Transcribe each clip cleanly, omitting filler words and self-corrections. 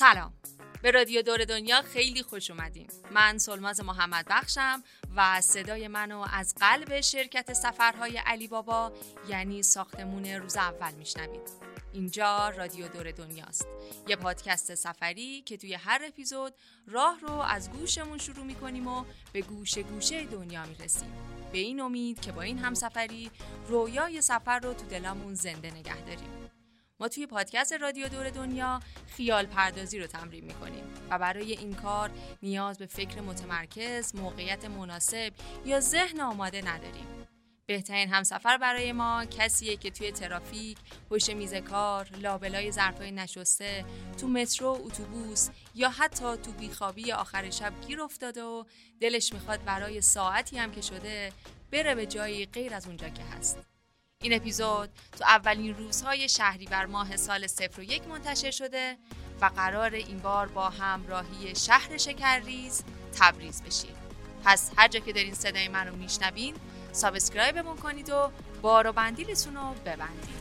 سلام، به رادیو دور دنیا خیلی خوش اومدین. من سلماز محمد بخشم و صدای منو از قلب شرکت سفرهای علی بابا یعنی ساختمون روز اول میشنوید. اینجا رادیو دور دنیاست، یه پادکست سفری که توی هر اپیزود راه رو از گوشمون شروع میکنیم و به گوشه گوشه دنیا میرسیم، به این امید که با این همسفری رویای سفر رو تو دلمون زنده نگه داریم. ما توی پادکست رادیو دور دنیا خیال پردازی رو تمرین میکنیم و برای این کار نیاز به فکر متمرکز، موقعیت مناسب یا ذهن آماده نداریم. بهترین همسفر برای ما کسیه که توی ترافیک، پشت میز کار، لابلای ظرفای نشسته، تو مترو، اتوبوس یا حتی تو بیخوابی آخر شب گیر افتاده و دلش میخواد برای ساعتی هم که شده بره به جایی غیر از اونجا که هست. این اپیزود تو اولین روزهای شهریور ماه سال 01 منتشر شده و قرار این بار با همراهی شهر شکرریز تبریز بشیم. پس هر جا که دارین صدای من رو میشنوین سابسکرایبمون کنید و بار و بندیلتون رو ببندید.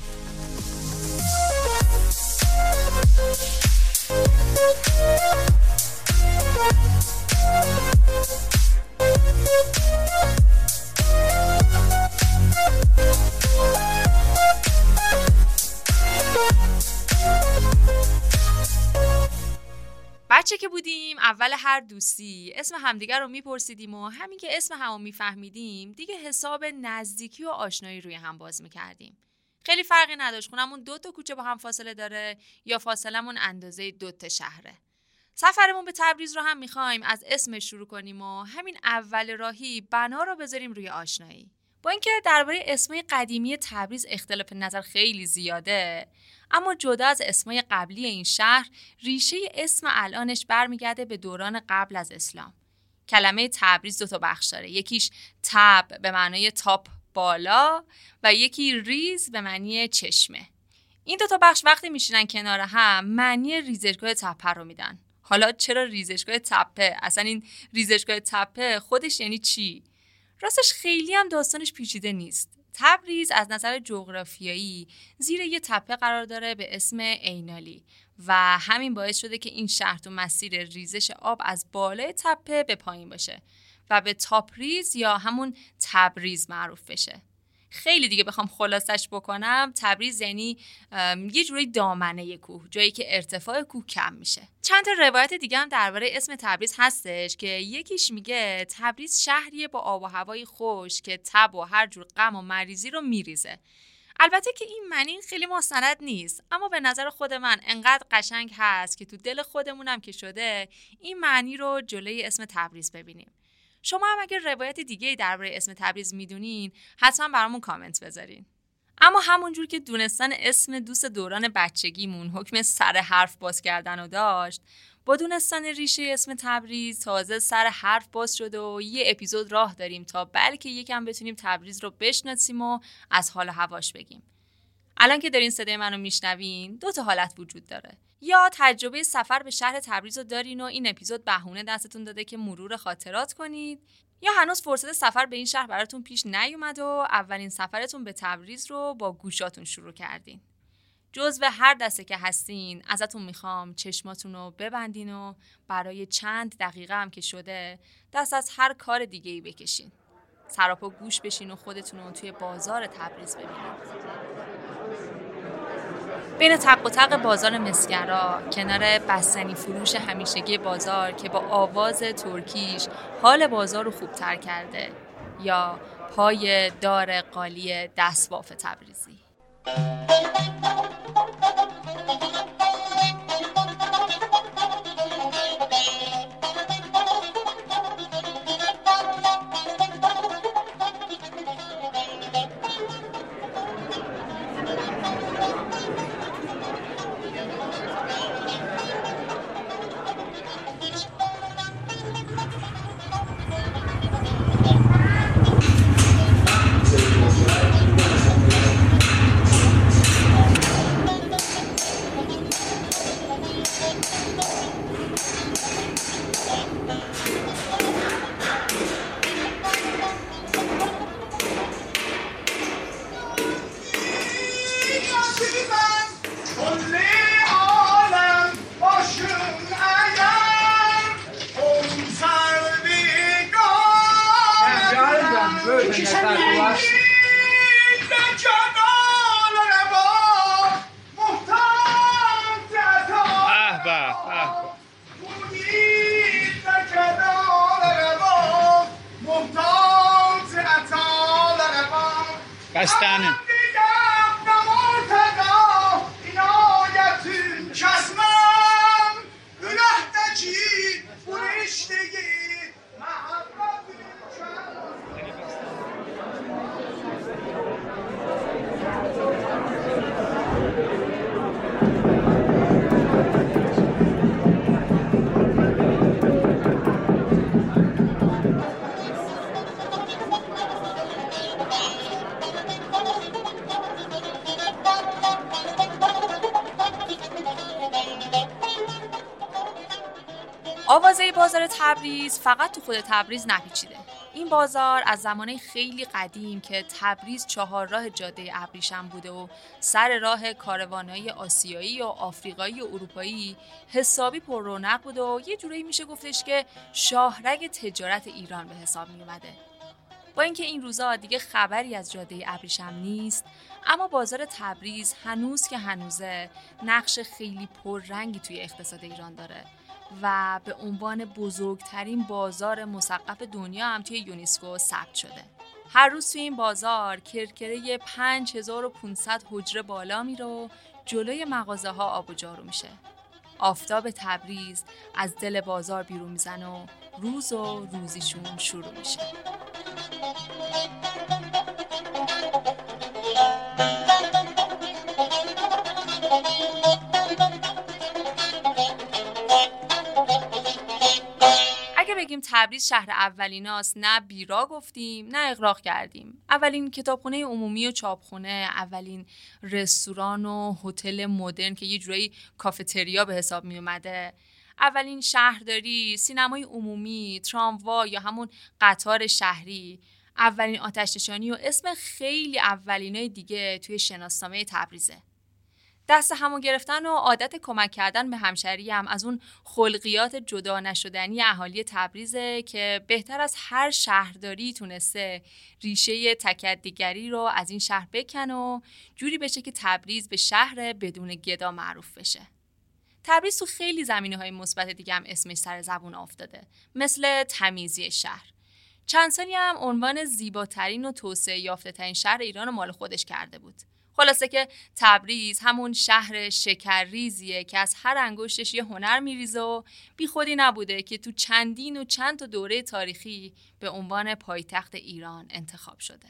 بچه که بودیم اول هر دوستی اسم همدیگر رو میپرسیدیم و همین که اسم همو میفهمیدیم دیگه حساب نزدیکی و آشنایی روی هم باز میکردیم. خیلی فرقی نداشت خونمون 2 کوچه با هم فاصله داره یا فاصلمون اندازه 2 شهره. سفرمون به تبریز رو هم میخوایم از اسمش شروع کنیم و همین اول راهی بنا رو بذاریم روی آشنایی. با اینکه درباره اسمای قدیمی تبریز اختلاف نظر خیلی زیاده، اما جدا از اسمای قبلی این شهر، ریشه اسم الانش برمیگرده به دوران قبل از اسلام. کلمه تبریز 2 بخش داره. یکیش تب به معنای تاپ بالا و یکی ریز به معنی چشمه. این 2 بخش وقتی میشینن کنار هم معنی ریزشگاه تپه رو میدن. حالا چرا ریزشگاه تپه؟ اصلا این ریزشگاه تپه خودش یعنی چی؟ راستش خیلی هم داستانش پیچیده نیست. تبریز از نظر جغرافیایی زیر یه تپه قرار داره به اسم عینالی و همین باعث شده که این شهر تو مسیر ریزش آب از بالای تپه به پایین باشه و به تاپریز یا همون تبریز معروف بشه. خیلی دیگه بخوام خلاصش بکنم، تبریز یعنی یه جوری دامنه کوه، جایی که ارتفاع کوه کم میشه. چند تا روایت دیگه هم درباره اسم تبریز هستش که یکیش میگه تبریز شهریه با آب و هوای خوش که تب و هر جور غم و مریضی رو میریزه. البته که این معنی خیلی مستند نیست، اما به نظر خود من انقدر قشنگ هست که تو دل خودمونم که شده این معنی رو جلوی اسم تبریز ببینیم. شما هم اگر روایت دیگه‌ای درباره اسم تبریز میدونین حتما برامون کامنت بذارین. اما همونجور که دونستن اسم دوست دوران بچگیمون حکم سر حرف باز کردن رو داشت، با دونستن ریشه اسم تبریز تازه سر حرف باز شده و یه اپیزود راه داریم تا بلکه یکم بتونیم تبریز رو بشناسیم و از حال و هواش بگیم. الان که دارین صدای منو میشنوین 2 حالت وجود داره. یا تجربه سفر به شهر تبریز رو دارین و این اپیزود بهونه دستتون داده که مرور خاطرات کنید، یا هنوز فرصت سفر به این شهر براتون پیش نیومد و اولین سفرتون به تبریز رو با گوشاتون شروع کردین. جزو هر دسته که هستین ازتون میخوام چشماتون رو ببندین و برای چند دقیقه هم که شده دست از هر کار دیگه‌ای بکشین. سراپا گوش بشین و خودتون رو توی بازار تبریز ببینید. بین تق و تق بازار مسگرا، کنار بستنی فروش همیشگی بازار که با آواز ترکیش حال بازار رو خوبتر کرده، یا پای دار قالی دستباف تبریزی. دستانه آوازه بازار تبریز فقط تو خود تبریز نپیچیده. این بازار از زمانه خیلی قدیم که تبریز چهارراه جاده ابریشم بوده و سر راه کاروانهای آسیایی و آفریقایی و اروپایی حسابی پر رونق بوده و یه جورایی میشه گفتش که شاهرگ تجارت ایران به حساب می اومده. با اینکه این روزا دیگه خبری از جاده ابریشم نیست، اما بازار تبریز هنوز که هنوزه نقش خیلی پررنگی توی اقتصاد ایران داره و به عنوان بزرگترین بازار مثقف دنیا هم توی یونسکو ثبت شده. هر روز توی این بازار کرکره 5500 حجره بالا میره و جلوی مغازه ها آب و جارو میشه. آفتاب تبریز از دل بازار بیرون میزنه و روز و روزیشون شروع میشه. بگیم تبریز شهر اولیناست، نه بیرا گفتیم نه اغراق کردیم. اولین کتابخونه عمومی و چاپخونه، اولین رستوران و هتل مدرن که یه جورایی کافتریا به حساب می اومده، اولین شهرداری، سینمای عمومی، تراموا یا همون قطار شهری، اولین آتش‌نشانی و اسم خیلی اولینای دیگه توی شناسنامه تبریزه. دست همو گرفتن و عادت کمک کردن به همشهری هم از اون خلقیات جدا نشدنی اهالی تبریزه که بهتر از هر شهرداری تونسته ریشه تکدیگری رو از این شهر بکنه و جوری بشه که تبریز به شهر بدون گدا معروف بشه. تبریز تو خیلی زمینه‌های مثبت دیگه هم اسمش سر زبون افتاده، مثل تمیزی شهر. چند سالی هم عنوان زیباترین و توسعه یافته‌ترین شهر ایران مال خودش کرده بود. خلاصه که تبریز همون شهر شکرریزیه که از هر انگشتش یه هنر میریزه و بی خودی نبوده که تو چندین و چند تا دوره تاریخی به عنوان پایتخت ایران انتخاب شده.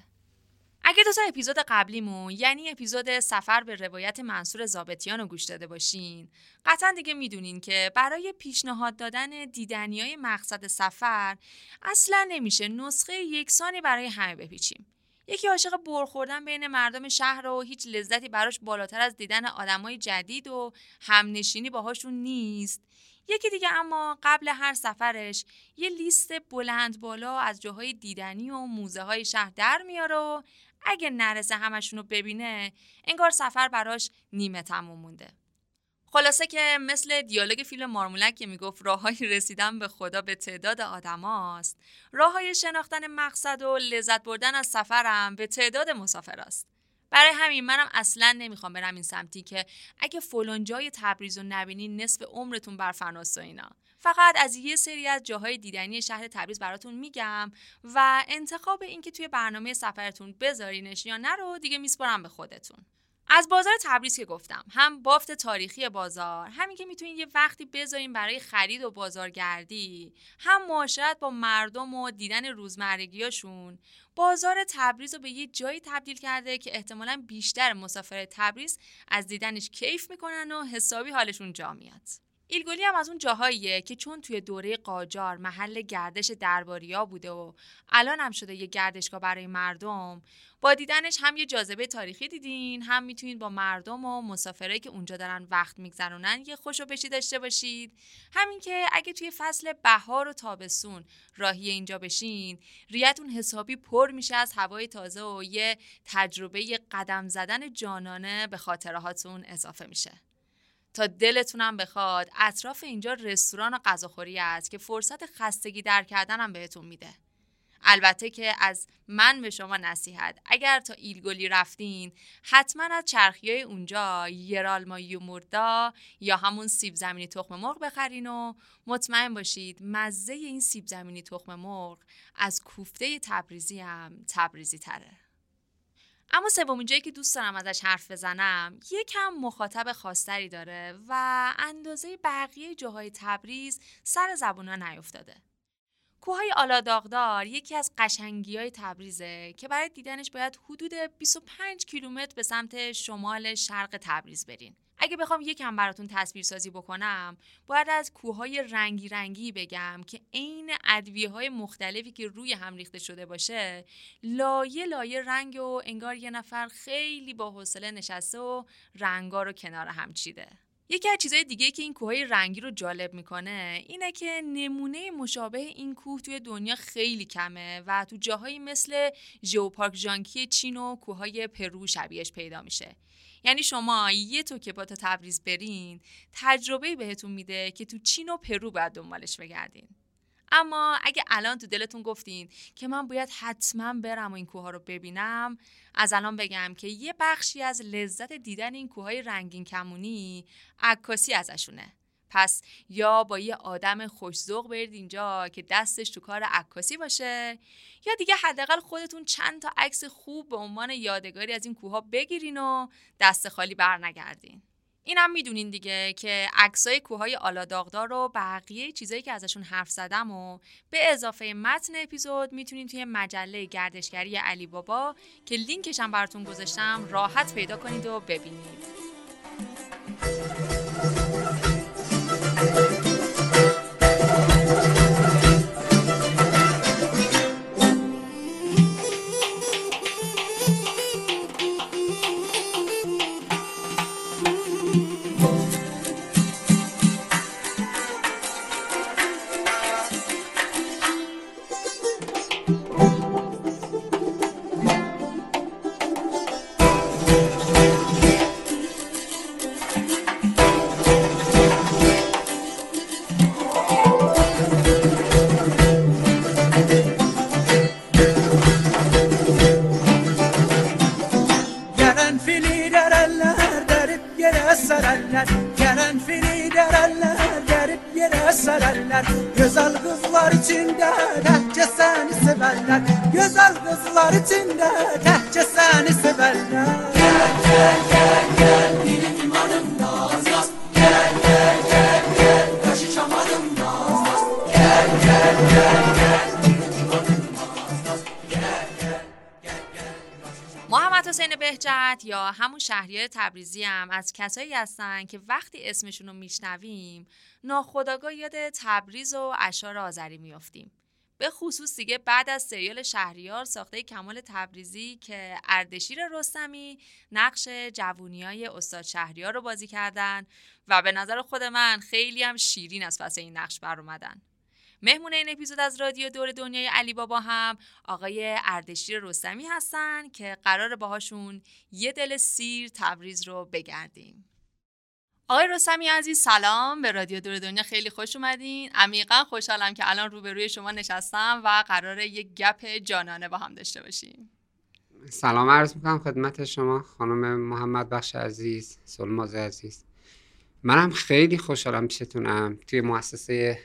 اگه دو تا اپیزود قبلیمون، یعنی اپیزود سفر به روایت منصور ضابطیان رو گوش داده باشین، قطعا دیگه میدونین که برای پیشنهاد دادن دیدنیای مقصد سفر اصلا نمیشه نسخه یکسانی برای همه بپیچیم. یکی عاشق برخوردن بین مردم شهر و هیچ لذتی براش بالاتر از دیدن آدمای جدید و همنشینی باهاشون نیست. یکی دیگه اما قبل هر سفرش یه لیست بلند بالا از جاهای دیدنی و موزه های شهر در میاره و اگه نرسه همشونو ببینه انگار سفر براش نیمه تموم مونده. خلاصه که مثل دیالوگ فیلم مارمولک که میگفت راههای رسیدن به خدا به تعداد آدماست، راههای شناختن مقصد و لذت بردن از سفرم به تعداد مسافراست. برای همین منم اصلا نمیخوام برم این سمتی که اگه فلان جای تبریز رو نبینین نصف عمرتون بر فناست و اینا. فقط از یه سری از جاهای دیدنی شهر تبریز براتون میگم و انتخاب این که توی برنامه سفرتون بذارینش یا نه رو دیگه میسپارم به خودتون. از بازار تبریز که گفتم، هم بافت تاریخی بازار، همین که میتونین یه وقتی بذارین برای خرید و بازارگردی، هم معاشرت با مردم و دیدن روزمرگیاشون، بازار تبریز رو به یه جایی تبدیل کرده که احتمالاً بیشتر مسافر تبریز از دیدنش کیف میکنن و حسابی حالشون جا میاد. ایلگولی هم از اون جاهاییه که چون توی دوره قاجار محل گردش درباریا بوده و الان هم شده یه گردشگاه برای مردم، با دیدنش هم یه جاذبه تاریخی دیدین، هم میتونید با مردم و مسافرایی که اونجا دارن وقت میگذرونن یه خوشو بشی داشته باشید. همین که اگه توی فصل بهار و تابستون راهی اینجا بشین، ریتون حسابی پر میشه از هوای تازه و یه تجربه قدم زدن جانانه به خاطرهاتون اضافه میشه. تا دلتونم بخواد اطراف اینجا رستوران و غذاخوری هست که فرصت خستگی در کردن هم بهتون میده. البته که از من به شما نصیحت، اگر تا ایلگولی رفتین حتما از چرخیای اونجا یرالما یوموردا یا همون سیب زمینی تخم مرغ بخرین و مطمئن باشید مزه این سیب زمینی تخم مرغ از کوفته تبریزی هم تبریزی تره. اما سومین جایی که دوست دارم ازش حرف بزنم یکم مخاطب خاص‌تری داره و اندازه بقیه جاهای تبریز سر زبونا نیفتاده. کوههای آلا داغدار یکی از قشنگی‌های تبریزه که برای دیدنش باید حدود 25 کیلومتر به سمت شمال شرق تبریز برین. اگه بخوام یکم براتون تصویرسازی بکنم، باید از کوههای رنگی رنگی بگم که عین ادویه‌های مختلفی که روی هم ریخته شده باشه، لایه لایه رنگ و انگار یه نفر خیلی با حوصله نشسته و رنگا رو کنار هم چیده. یکی از چیزای دیگه که این کوههای رنگی رو جالب میکنه اینه که نمونه مشابه این کوه توی دنیا خیلی کمه و تو جاهایی مثل ژئوپارک ژانکی چین و کوههای پرو شبیهش پیدا میشه. یعنی شما یه توکه با تا تبریز برین، تجربه‌ای بهتون میده که تو چین و پرو باید دنبالش بگردین. اما اگه الان تو دلتون گفتین که من باید حتما برم و این کوها رو ببینم، از الان بگم که یه بخشی از لذت دیدن این کوههای رنگین کمونی عکاسی ازشونه. پس یا با یه آدم خوش‌ذوق برید اینجا که دستش تو کار عکاسی باشه، یا دیگه حداقل خودتون چند تا عکس خوب به عنوان یادگاری از این کوها بگیرین و دست خالی برنگردین. اینم میدونین دیگه که عکسای کوههای آلا داغدار و بقیه چیزایی که ازشون حرف زدم و به اضافه متن اپیزود میتونین توی مجله گردشگری علی بابا که لینکش هم براتون گذاشتم راحت پیدا کنید و ببینید. Güzel kızlar içinde tehce seni severler. Güzel kızlar içinde tehce seni severler. Gel gel gel gel benim imanım naz naz. Gel gel gel gel kaşı çamarım naz naz. Gel gel gel gel benim imanım naz naz. Gel gel gel gel. محمد حسین بهجت یا همون شهریار تبریزی هم از کسایی هستن که وقتی اسمشون رو میشنویم ناخودآگاه یاد تبریز و اشعار آذری میافتیم. به خصوص دیگه بعد از سریال شهریار ساخته کمال تبریزی که اردشیر رستمی نقش جوونیای استاد شهریار رو بازی کردن و به نظر خود من خیلی هم شیرین از پس این نقش بر اومدن. مهمون این اپیزود از رادیو دور دنیای علی بابا هم آقای اردشیر رستمی هستن که قراره باهاشون یه دل سیر تبریز رو بگردیم. آقای رستمی عزیز سلام، به رادیو دور دنیا خیلی خوش اومدین. عمیقا خوشحالم که الان روبروی شما نشستم و قراره یک گپ جانانه با هم داشته باشیم. سلام عرض میکنم خدمت شما خانم محمد بخش عزیز، سلماز عزیز. منم خیلی خوشحالم پیشتونم، توی مؤسسه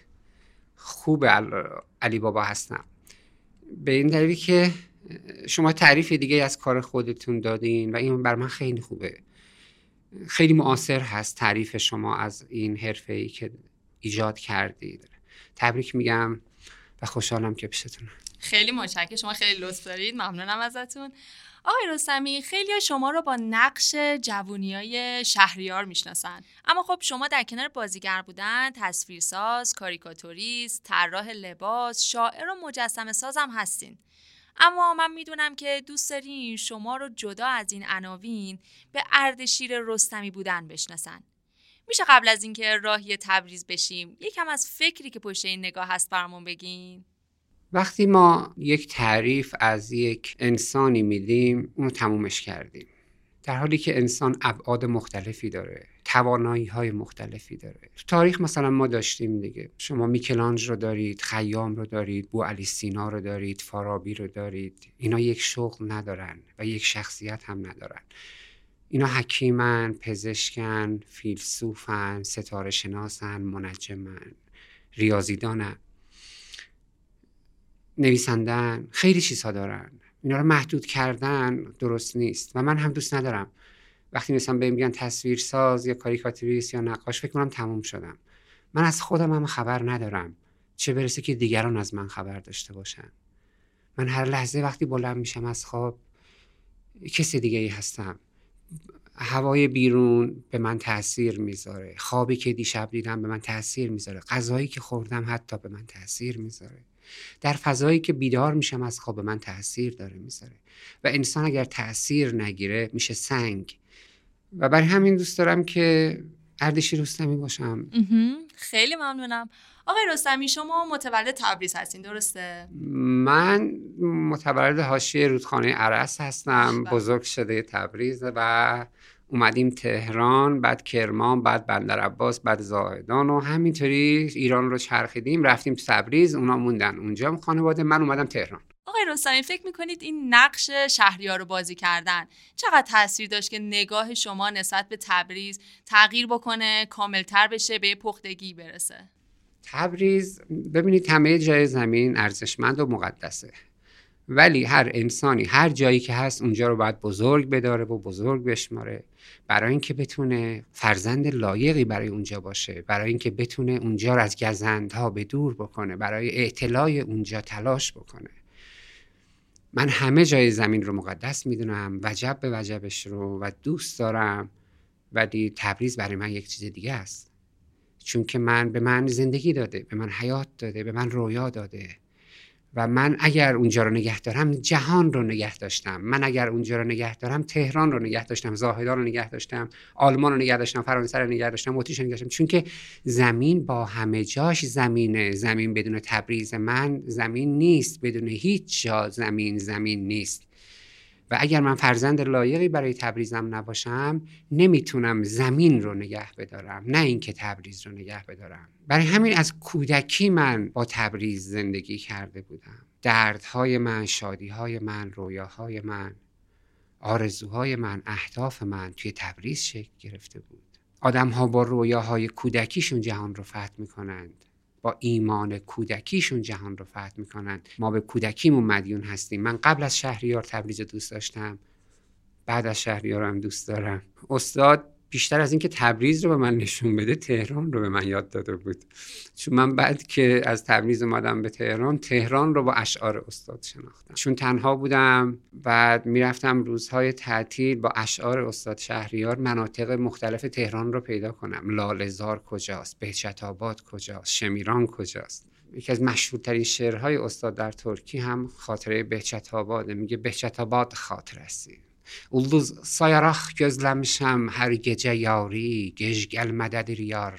خوب علی بابا هستم. به این دلیلی که شما تعریف دیگه از کار خودتون دادین و این بر من خیلی خوبه. خیلی مؤثر هست تعریف شما از این حرفه‌ای که ایجاد کردید. تبریک میگم و خوشحالم که پیشتونم. خیلی متشکرم، شما خیلی لطف دارید، ممنونم ازتون. آقای رستمی، خیلی‌ها شما رو با نقش جوونیای شهریار میشناسن، اما خب شما در کنار بازیگر بودن تصویرساز، کاریکاتوریست، طراح لباس، شاعر و مجسمه ساز هم هستین. اما من میدونم که دوست دارین شما رو جدا از این عناوین به اردشیر رستمی بودن بشناسن. میشه قبل از اینکه راهی تبریز بشیم یکم از فکری که پشت این نگاه هست برامون بگین؟ وقتی ما یک تعریف از یک انسانی میدیم اونو تمومش کردیم، در حالی که انسان ابعاد مختلفی داره، توانایی‌های مختلفی داره. تو تاریخ مثلا ما داشتیم دیگه، شما میکلانج رو دارید، خیام رو دارید، بوعلی سینا رو دارید، فارابی رو دارید. اینا یک شغل ندارن و یک شخصیت هم ندارن. اینا حکیمن، پزشکن، فیلسوفن، ستاره شناسن، منجمن، ریاضیدانن، نویسندن، خیلی چیزها دارن. اینا رو محدود کردن درست نیست و من هم دوست ندارم وقتی مثلا بهم میگن تصویرساز یا کاریکاتوریست یا نقاش فکر کنم تموم شدم. من از خودم هم خبر ندارم، چه برسه که دیگران از من خبر داشته باشن. من هر لحظه وقتی بلند میشم از خواب کسی دیگه ای هستم. هوای بیرون به من تأثیر میذاره، خوابی که دیشب دیدم به من تأثیر میذاره، غذایی که خوردم حتی به من تأثیر میذاره، در فضایی که بیدار میشم از خواب به من تأثیر داره میذاره و انسان اگر تأثیر نگیره میشه سنگ. و برای همین دوست دارم که اردشیر رستمی باشم. خیلی ممنونم. آقای رستمی شما متولد تبریز هستین درسته؟ من متولد حاشیه رودخانه ارس هستم، بزرگ شده تبریز و اومدیم تهران، بعد کرمان، بعد بندرعباس، بعد زاهدان و همینطوری ایران رو چرخیدیم، رفتیم تبریز، اونا موندن اونجا خانواده، من اومدم تهران. آقای رستمی فکر میکنید این نقش شهریار رو بازی کردن چقدر تاثیر داشت که نگاه شما نسبت به تبریز تغییر بکنه، کاملتر بشه، به پختگی برسه؟ تبریز ببینید همه جای زمین ارزشمند و مقدسه، ولی هر انسانی هر جایی که هست اونجا رو باید بزرگ بداره و بزرگ بشماره برای اینکه بتونه فرزند لایقی برای اونجا باشه، برای اینکه بتونه اونجا رو از گزندها به دور بکنه، برای اعتلای اونجا تلاش بکنه. من همه جای زمین رو مقدس میدونم، وجب به وجبش رو و دوست دارم، ولی تبریز برای من یک چیز دیگه است، چون که به من زندگی داده، به من حیات داده، به من رویا داده و من اگر اونجا رو نگه دارم جهان رو نگه داشتم. من اگر اونجا رو نگه دارم تهران رو نگه داشتم، زاهدان رو نگه داشتم، آلمان رو نگه داشتم، فرانسه رو نگه داشتم، اتریش رو نگه داشتم، چون که زمین با همه جاش زمینه. زمین بدون تبریز من زمین نیست، بدون هیچ جا زمین نیست. و اگر من فرزند لایقی برای تبریزم نباشم نمیتونم زمین رو نگه بدارم، نه اینکه تبریز رو نگه بدارم. برای همین از کودکی من با تبریز زندگی کرده بودم. دردهای من، شادیهای من، رویاهای من، آرزوهای من، اهداف من توی تبریز شکل گرفته بود. آدم‌ها با رویاهای کودکیشون جهان رو فتح میکنند، با ایمان کودکیشون جهان رو فتح میکنن. ما به کودکیمون مدیون هستیم. من قبل از شهریار تبریز رو دوست داشتم، بعد از شهریار هم دوست دارم. استاد بیشتر از این که تبریز رو به من نشون بده تهران رو به من یاد داده بود، چون من بعد که از تبریز اومدم به تهران رو با اشعار استاد شناختم، چون تنها بودم. بعد میرفتم روزهای تعطیل با اشعار استاد شهریار مناطق مختلف تهران رو پیدا کنم. لاله‌زار کجاست، بهجت‌آباد کجاست، شمیران کجاست. یکی از مشهورترین شعرهای استاد در ترکی هم خاطره بهجت‌آباد. میگه بهجت‌آباد خاطرسی. Ulduz sayaraq gözləmişəm hər gecə yari, gec gəlmədədir yar,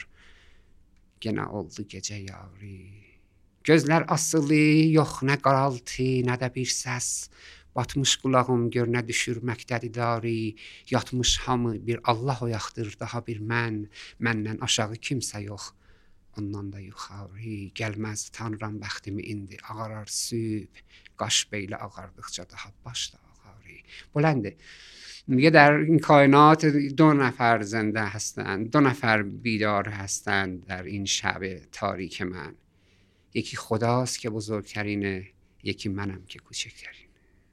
yenə oldu gecə yari. Gözlər asılı, yox nə qaraltı, nə də bir səs, batmış qulağım gör nə düşürməkdədir dari, yatmış hamı bir Allah oyaqdır, daha bir məndən aşağı kimsə yox, ondan da yuxarı. Gəlməz tanrım bəxtimi indi, ağarar süb, qaş beylə ağardıqca daha başda. بلنده. میگه در این کائنات 2 نفر زنده هستند، 2 نفر بیدار هستند در این شب تاریک من. یکی خداست که بزرگترینه، یکی منم که کوچکترین.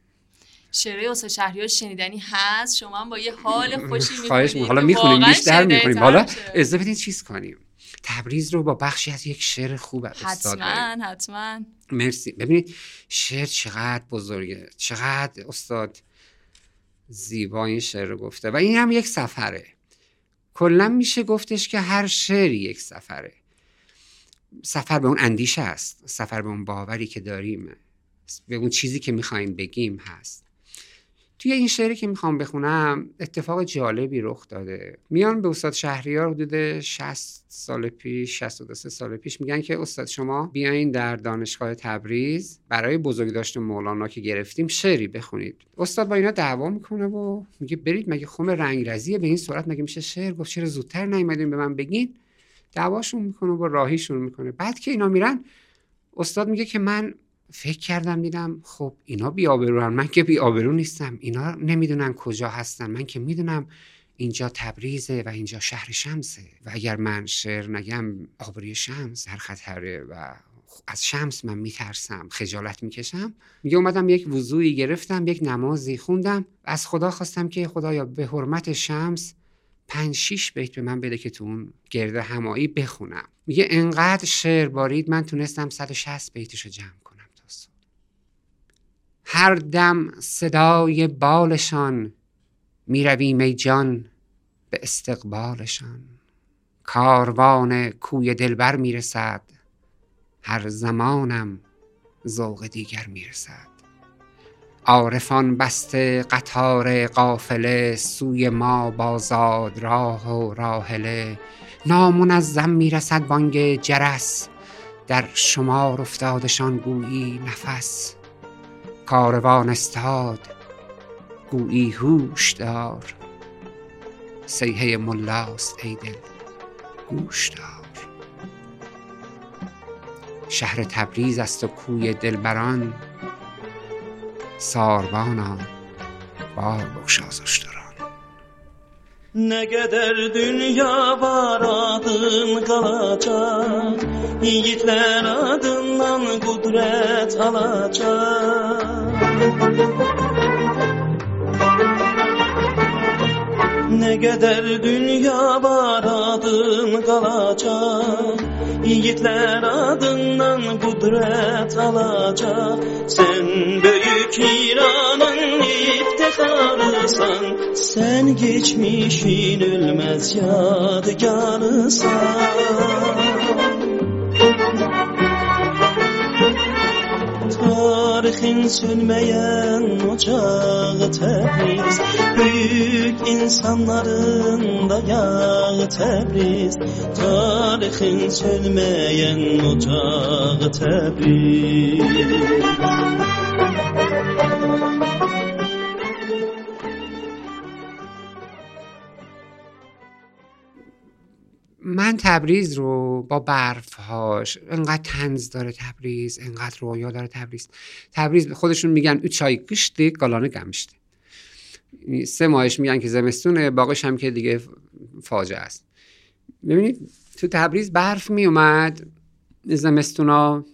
شعر استاد شهریار شنیدنی هست، شما هم با یه حال خوشی می‌خونید. خواهش می‌کنم. حالا می‌خونیم، بیشتر می‌خونیم. حالا اجازه بدید چیز کنیم. تبریز رو با بخشی از یک شعر خوب استاد داریم. حتما. مرسی. ببینید شعر چقدر بزرگه، چقدر استاد زیبا این شعر رو گفته و این هم یک سفره. کلا میشه گفتش که هر شعری یک سفره. سفر به اون اندیشه است، سفر به اون باوری که داریم، به اون چیزی که میخوایم بگیم هست. توی این شعری که میخوام بخونم اتفاق جالبی رخ داده. میان به استاد شهریار حدود 60 سال پیش، 62 سال پیش میگن که استاد شما بیاین در دانشگاه تبریز برای بزرگداشت مولانا که گرفتیم شعری بخونید. استاد با اینا دعوا میکنه و میگه برید، مگه خم رنگرزیه به این صورت مگه میشه شعر گفت؟ چرا زودتر نیومدین به من بگین؟ دعواشون میکنه و راهیشون میکنه. بعد که اینا میرن استاد میگه که من فکر کردم دیدم خب اینا بی‌آبروان، من که بی‌آبرو نیستم، اینا نمیدونن کجا هستن، من که میدونم اینجا تبریزه و اینجا شهر شمسه و اگر من شعر نگم آبروی شمس در خطره و از شمس من میترسم، خجالت میکشم. میگه اومدم یک وضوعی گرفتم، یک نمازی خوندم، از خدا خواستم که خدایا به حرمت شمس 5-6 بیت به من بده که تو اون گرد همایی بخونم. میگه انقدر شعر بارید من تونستم 160 بیتشو جمع کنم تا صبح. هر دم صدای بالشان میرویم ای جان به استقبالشان. کاروان کوی دلبر میرسد، هر زمانم ذوق دیگر میرسد. عارفان بسته قطار قافله، سوی ما بازاد راه و راحله. نامنظم میرسد بانگ جرس، در شمار افتادشان گویی نفس. کاروان استاد گویی هوش دار، صیحه ملاست ای دل گوش دار. شهر تبریز است و کوی دلبران، ساربانا بار بگشا ز اشتران. Ne kadar dünya var adın kalacak, yiğitler adından kudret alacak. Ne kadar dünya var adın kalacak, yiğitler adından kudret alacak. Sen büyük İran'ın iftiharısan, sen geçmişin ölmez yadigarısan. Tarihin sönmeyen ocağı Tebriz, büyük insanların dayağı Tebriz. Tarihin sönmeyen ocağı Tebriz. من تبریز رو با برفهاش، انقدر طنز داره تبریز، انقدر رویا داره تبریز خودشون میگن 3 ay kıştı قالانه گمشته. 3 ماهش میگن که زمستونه، باقیش هم که دیگه فاجعه است. ببینید تو تبریز برف میومد زمستونا،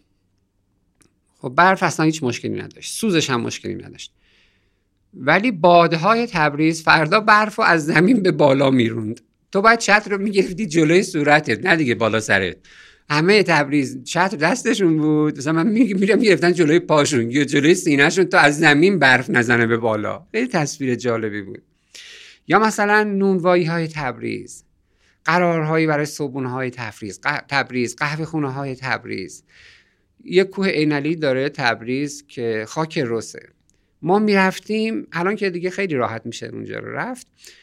خب برف اصلا هیچ مشکلی نداشت، سوزش هم مشکلی نداشت، ولی بادهای تبریز فردا برف رو از زمین به بالا میروند. تو باید چتر رو میگرفتی جلوی صورتت، نه دیگه بالا سرت. همه تبریز چتر دستشون بود، مثلا من میرم گرفتن جلوی پاشون یا جلوی سینه‌شون تا از زمین برف نزنه به بالا. خیلی تصویر جالبی بود. یا مثلا نونوایی های تبریز، قرارهایی برای صبحونه‌های تبریز، قهوه خونه های تبریز. یه کوه عینعلی داره تبریز که خاک رسه. ما میرفتیم، الان که دیگه خیلی راحت میشه اونجا رو رفت،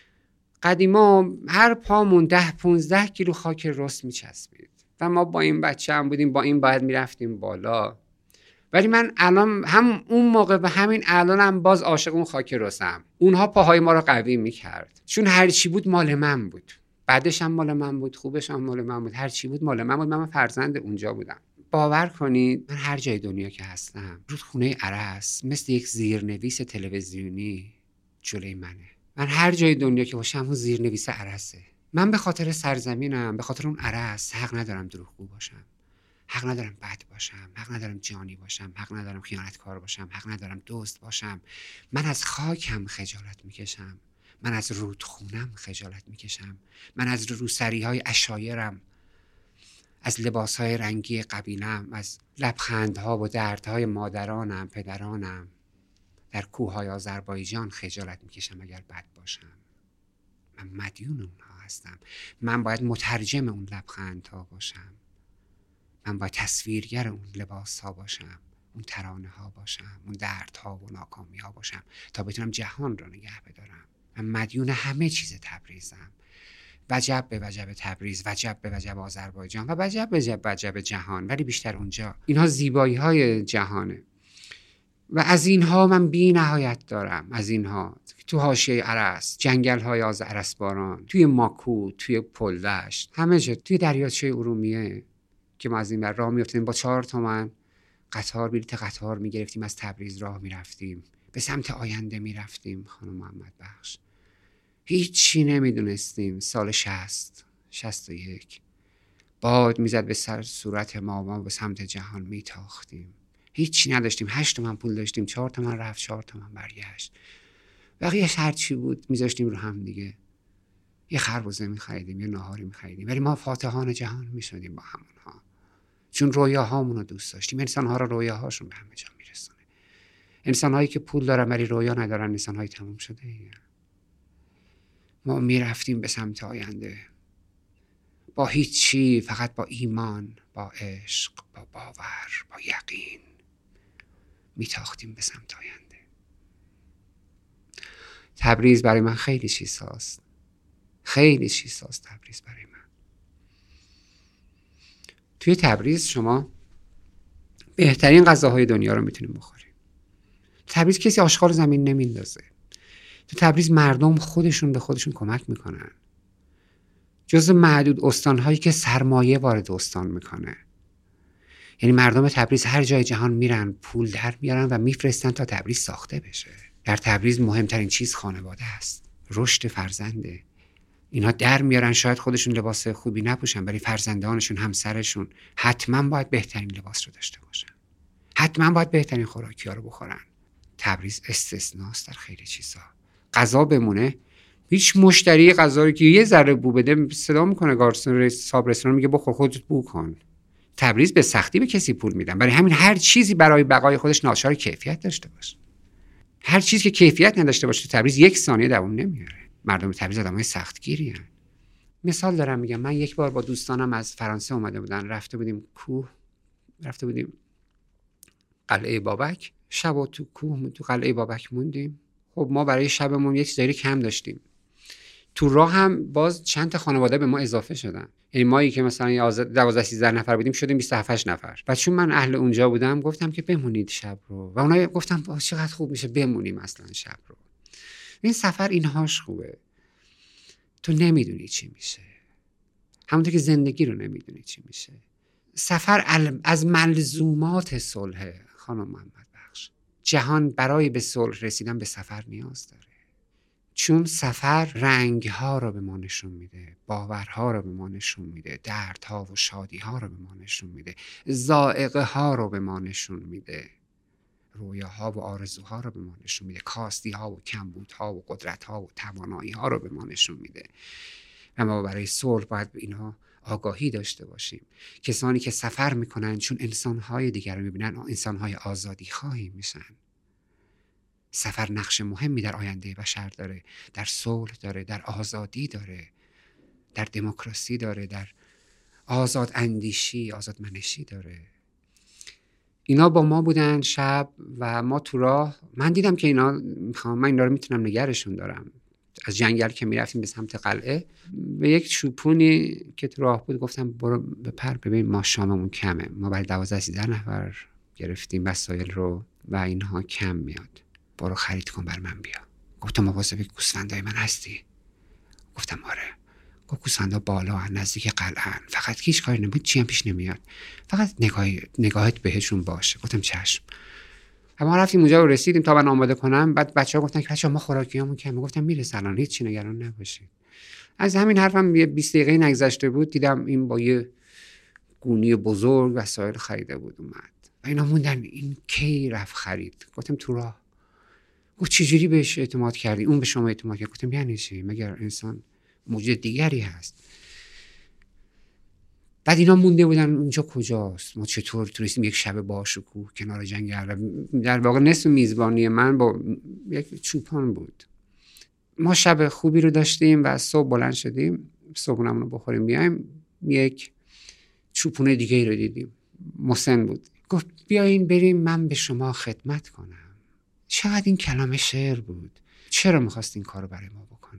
قدیما هر پامون 10-15 کیلو خاک رس میچسبید و ما با این بچه هم بودیم، با این باید میرفتیم بالا. ولی من الان هم اون موقع و همین الانم باز عاشق اون خاک رسم. اونها پاهای ما رو قوی میکرد، چون هر چی بود مال من بود، بعدش هم مال من بود، خوبش هم مال من بود، هر چی بود مال من بود. من فرزند اونجا بودم. باور کنید من هر جای دنیا که هستم، رودخونه ارس مثل یک زیرنویس تلویزیونی جلوی منه. من هر جای دنیا که باشم اون زیرنویس ارسه. من به خاطر سرزمینم، به خاطر اون ارس حق ندارم دروغگو باشم، حق ندارم بد باشم، حق ندارم جانی باشم، حق ندارم خیانتکار باشم، حق ندارم دزد باشم. من از خاکم خجالت میکشم، من از رودخونم خجالت میکشم، من از روسری‌های عشایرم، از لباس‌های رنگی قبیله‌ام، از لبخندها و دردهای مادرانم، پدرانم در کوههای آذربایجان خجالت میکشم اگر بد باشم. من مدیون اونها هستم. من باید مترجم اون لبخندها باشم، من باید تصویرگر اون لباسها باشم، اون ترانه ها باشم، اون دردها و ناکامی ها باشم تا بتونم جهان رو نگه بدارم. من مدیون همه چیز تبریزم. وجب به وجب تبریز، وجب به وجب آذربایجان و وجب به وجب جهان، ولی بیشتر اونجا. اینها زیبایی های جهانه و از اینها من بی نهایت دارم. از اینها تو حاشیه ارس، جنگل های از ارسباران، توی ماکو، توی پلدشت، همه جا، توی دریاچه ارومیه که ما از این بر راه میافتیم با 4 تومن قطار، بلیط قطار میگرفتیم، از تبریز راه میرفتیم، به سمت آینده میرفتیم. خانم محمد بخش هیچی نمیدونستیم. سال 61 باد میزد به سر صورت ما به سمت جهان میتاختیم. هیچی نداشتیم، 8 تومن پول داشتیم، 4 تومن رفت، 4 تومن برگشت. بقیه‌اش هر چی بود میذاشتیم رو هم دیگه. یه خربزه می‌خریدیم، یه ناهاری می‌خریدیم، ولی ما فاتحان جهان می‌شدیم با همونها. چون رویاهامون رو دوست داشتیم. انسان‌ها رو رویاهاشون به همه جا میرسونه. انسان‌هایی که پول دارن ولی رویا ندارن انسان‌های تموم شده ایه. ما میرفتیم به سمت آینده با هیچی، فقط با ایمان، با عشق، با باور، با یقین میتاختیم به سمت آینده. تبریز برای من خیلی چیزاست، خیلی چیزاست تبریز برای من. توی تبریز شما بهترین غذاهای دنیا رو میتونیم بخوریم. تبریز کسی آشغال زمین نمیندازه. تو تبریز مردم خودشون به خودشون کمک میکنن. جز معدود استانهایی که سرمایه وارد استان میکنه. یعنی مردم تبریز هر جای جهان میرن، پول در میارن و میفرستن تا تبریز ساخته بشه. در تبریز مهمترین چیز خانواده است، رشد فرزنده. اینا در میارن، شاید خودشون لباس خوبی نپوشن ولی فرزندانشون، همسرشون حتما باید بهترین لباس رو داشته باشن، حتما باید بهترین خوراکی ها رو بخورن. تبریز استثناست در خیلی چیزا. غذا بمونه، هیچ مشتری غذا رو که یه ذره بو بده صدا میکنه گارسون، صاحب رستوران میگه بخور، خودت بو کن. تبریز به سختی به کسی پول میدن، برای همین هر چیزی برای بقای خودش ناچار کیفیت داشته باشه. هر چیزی که کیفیت نداشته باشه تبریز 1 ثانیه دوام نمیاره. مردم تبریز آدمای سختگیری هستند. مثال دارم میگم، من یک بار با دوستانم از فرانسه اومده بودن، رفته بودیم کوه، رفته بودیم قلعه بابک. شب تو کوه، تو قلعه بابک موندیم. خب ما برای شبمون یه چیزایی کم داشتیم. تو راه هم باز چند تا خانواده به ما اضافه شدن. یعنی مایی که مثلا 12-13 نفر بودیم شدیم 27 نفر. و چون من اهل اونجا بودم گفتم که بمونید شب رو، و اونها گفتم چقدر خوب میشه بمونیم اصلا شب رو. این سفر اینهاش خوبه، تو نمیدونی چی میشه، همونطور که زندگی رو نمیدونی چی میشه. سفر از ملزومات صلح. خانم محمد بخش، جهان برای به صلح رسیدن به سفر نیاز داره، چون سفر رنگ‌ها رو به ما نشون میده، باورها رو به ما نشون میده، دردها و شادی‌ها رو به ما نشون میده، ذائقه‌ها رو به ما نشون میده، رویاها و آرزوها رو به ما نشون میده، کاستی‌ها و کمبودها و قدرت‌ها و توانایی‌ها رو به ما نشون میده. و ما برای صلح باید به اینها آگاهی داشته باشیم. کسانی که سفر میکنن چون انسان‌های دیگر رو میبینن، انسان‌های آزادی‌خواهی میشن. سفر نقش مهمی در آینده بشر داره، در صلح داره، در آزادی داره، در دموکراسی داره، در آزاد اندیشی، آزاد منشی داره. اینا با ما بودن شب و ما تو راه، من دیدم که من اینا رو میتونم نگرشون دارم. از جنگل که میرفتیم به سمت قلعه، به یک چوپونی که تو راه بود گفتم برو بپر ببین ما شاممون کمه. ما برای 12-13 نفر گرفتیم وسایل رو و اینها کم میاد، برو خرید کن بر من بیا. گفتم مواظب گوسفندای من هستی؟ گفتم آره. گفت گوسفندا بالا نزدیک قلعه، فقط هیچ کاری نمی‌کنی، چی هم پیش نمیاد، فقط نگاهت بهشون باشه. گفتم چشم. ما رفتیم اونجا و رسیدیم تا من آماده کنم. بعد بچه‌ها گفتن که بچه‌ها ما خوراکیامون کمه. گفتم میرسه الان، هیچ چی نگران نباشید. از همین حرفم یه 20 دقیقه نگذشته بود دیدم این با یه گونی بزرگ وسایل خریده بود اومد و اینا موندن این کی رفت خرید. گفتم تو راه. گفت چجوری بهش اعتماد کردی؟ اون به شما اعتماد کرد. گفتم یعنی چی؟ مگر انسان موجود دیگری هست؟ بعد اینا مونده بودن اونجا کجاست، ما چطور تونستیم یک شب باشکوه کنار جنگل. در واقع نصف میزبانی من با یک چوپان بود. ما شب خوبی رو داشتیم و صبح بلند شدیم صبحونمون رو بخوریم بیایم، یک چوپونه دیگه رو دیدیم، مسن بود. گفت بیاین بریم من به شما خدمت کنم. چقدر این کلام شعر بود. چرا میخواست این کار رو برای ما بکنه؟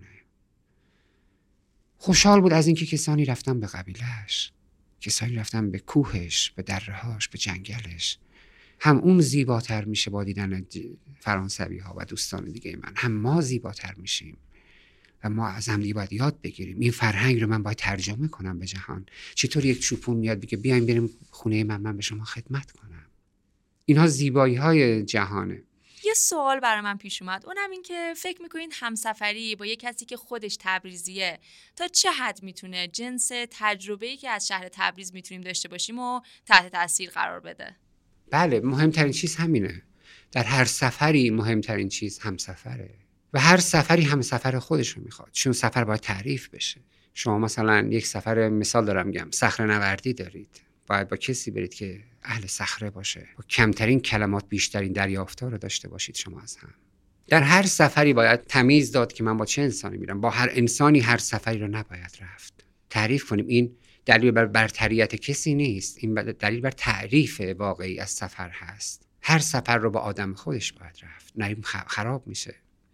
خوشحال بود از اینکه کسانی رفتن به قبیلهش، کسانی رفتن به کوهش، به درهاش، به جنگلش. هم اون زیباتر میشه با دیدن فرانسوی ها و دوستان دیگه من، هم ما زیباتر میشیم و ما از هم دیگه باید یاد بگیریم. این فرهنگ رو من باید ترجمه کنم به جهان. چطور یک چوپون میاد بگه بیاین بریم خونه من به شما خدمت کنم. اینها زیبایی های جهانه. یه سوال برای من پیش اومد، اونم این که فکر میکنین همسفری با یه کسی که خودش تبریزیه تا چه حد میتونه جنس تجربه‌ای که از شهر تبریز میتونیم داشته باشیم و تحت تاثیر قرار بده؟ بله، مهمترین چیز همینه. در هر سفری مهمترین چیز همسفره و هر سفری همسفر خودش رو میخواد، چون سفر باید تعریف بشه. شما مثلا یک سفر، مثال دارم میگم، صخره‌نوردی دارید، باید با کسی برید که اهل صخره باشه، با کمترین کلمات بیشترین دریافت‌ها رو داشته باشید شما از هم. در هر سفری باید تمیز داد که من با چه انسانی میرم. با هر انسانی هر سفری رو نباید رفت. تعریف کنیم. این دلیل بر برتریت کسی نیست، این دلیل بر تعریف واقعی از سفر هست. هر سفر رو با آدم خودش باید رفت، نریم خراب میشه.